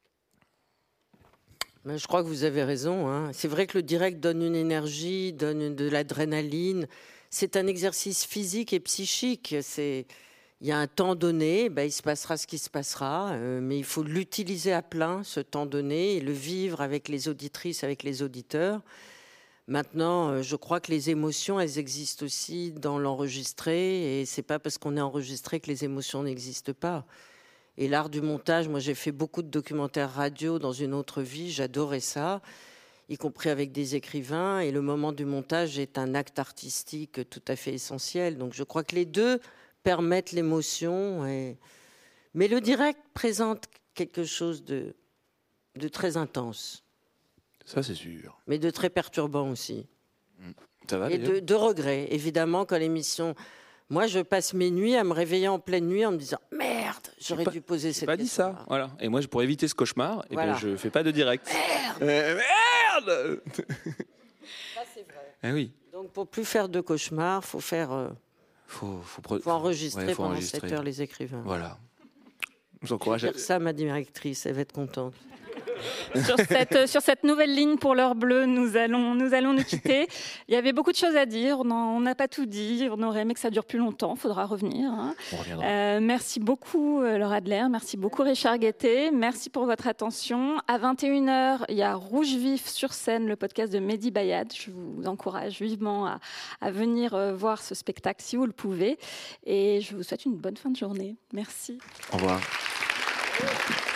Mais je crois que vous avez raison, hein. C'est vrai que le direct donne une énergie, donne de l'adrénaline. C'est un exercice physique et psychique. C'est... Il y a un temps donné, ben, il se passera ce qui se passera, euh, mais il faut l'utiliser à plein, ce temps donné, et le vivre avec les auditrices, avec les auditeurs. Maintenant, euh, je crois que les émotions, elles existent aussi dans l'enregistré, et c'est pas parce qu'on est enregistré que les émotions n'existent pas. Et l'art du montage, moi j'ai fait beaucoup de documentaires radio dans une autre vie, j'adorais ça, y compris avec des écrivains, et le moment du montage est un acte artistique tout à fait essentiel. Donc je crois que les deux permettre l'émotion. Et... Mais le direct présente quelque chose de, de très intense. Ça, c'est sûr. Mais de très perturbant aussi. Ça va, et de, de regret, évidemment, quand l'émission... Moi, je passe mes nuits à me réveiller en pleine nuit en me disant « Merde, j'aurais pas, dû poser cette question. » J'ai pas dit ça. Voilà. Et moi, pour éviter ce cauchemar, et voilà. ben, je fais pas de direct. Merde euh, Merde Ça, c'est vrai. Eh oui. Donc, pour plus faire de cauchemars, il faut faire... Euh... Faut, faut, pro... faut enregistrer ouais, faut pendant enregistrer. sept heures les écrivains. Voilà. Je vous encourage à à... dire ça, ma directrice, elle va être contente. sur, cette, sur cette nouvelle ligne pour l'heure bleue, nous allons, nous allons nous quitter. Il y avait beaucoup de choses à dire, on n'a pas tout dit, on aurait aimé que ça dure plus longtemps, il faudra revenir. Hein. On reviendra. Euh, merci beaucoup Laura Adler, merci beaucoup Richard Guettet, merci pour votre attention. À vingt et une heures, il y a Rouge Vif sur scène, le podcast de Mehdi Bayad. Je vous encourage vivement à, à venir euh, voir ce spectacle si vous le pouvez. Et je vous souhaite une bonne fin de journée. Merci. Au revoir.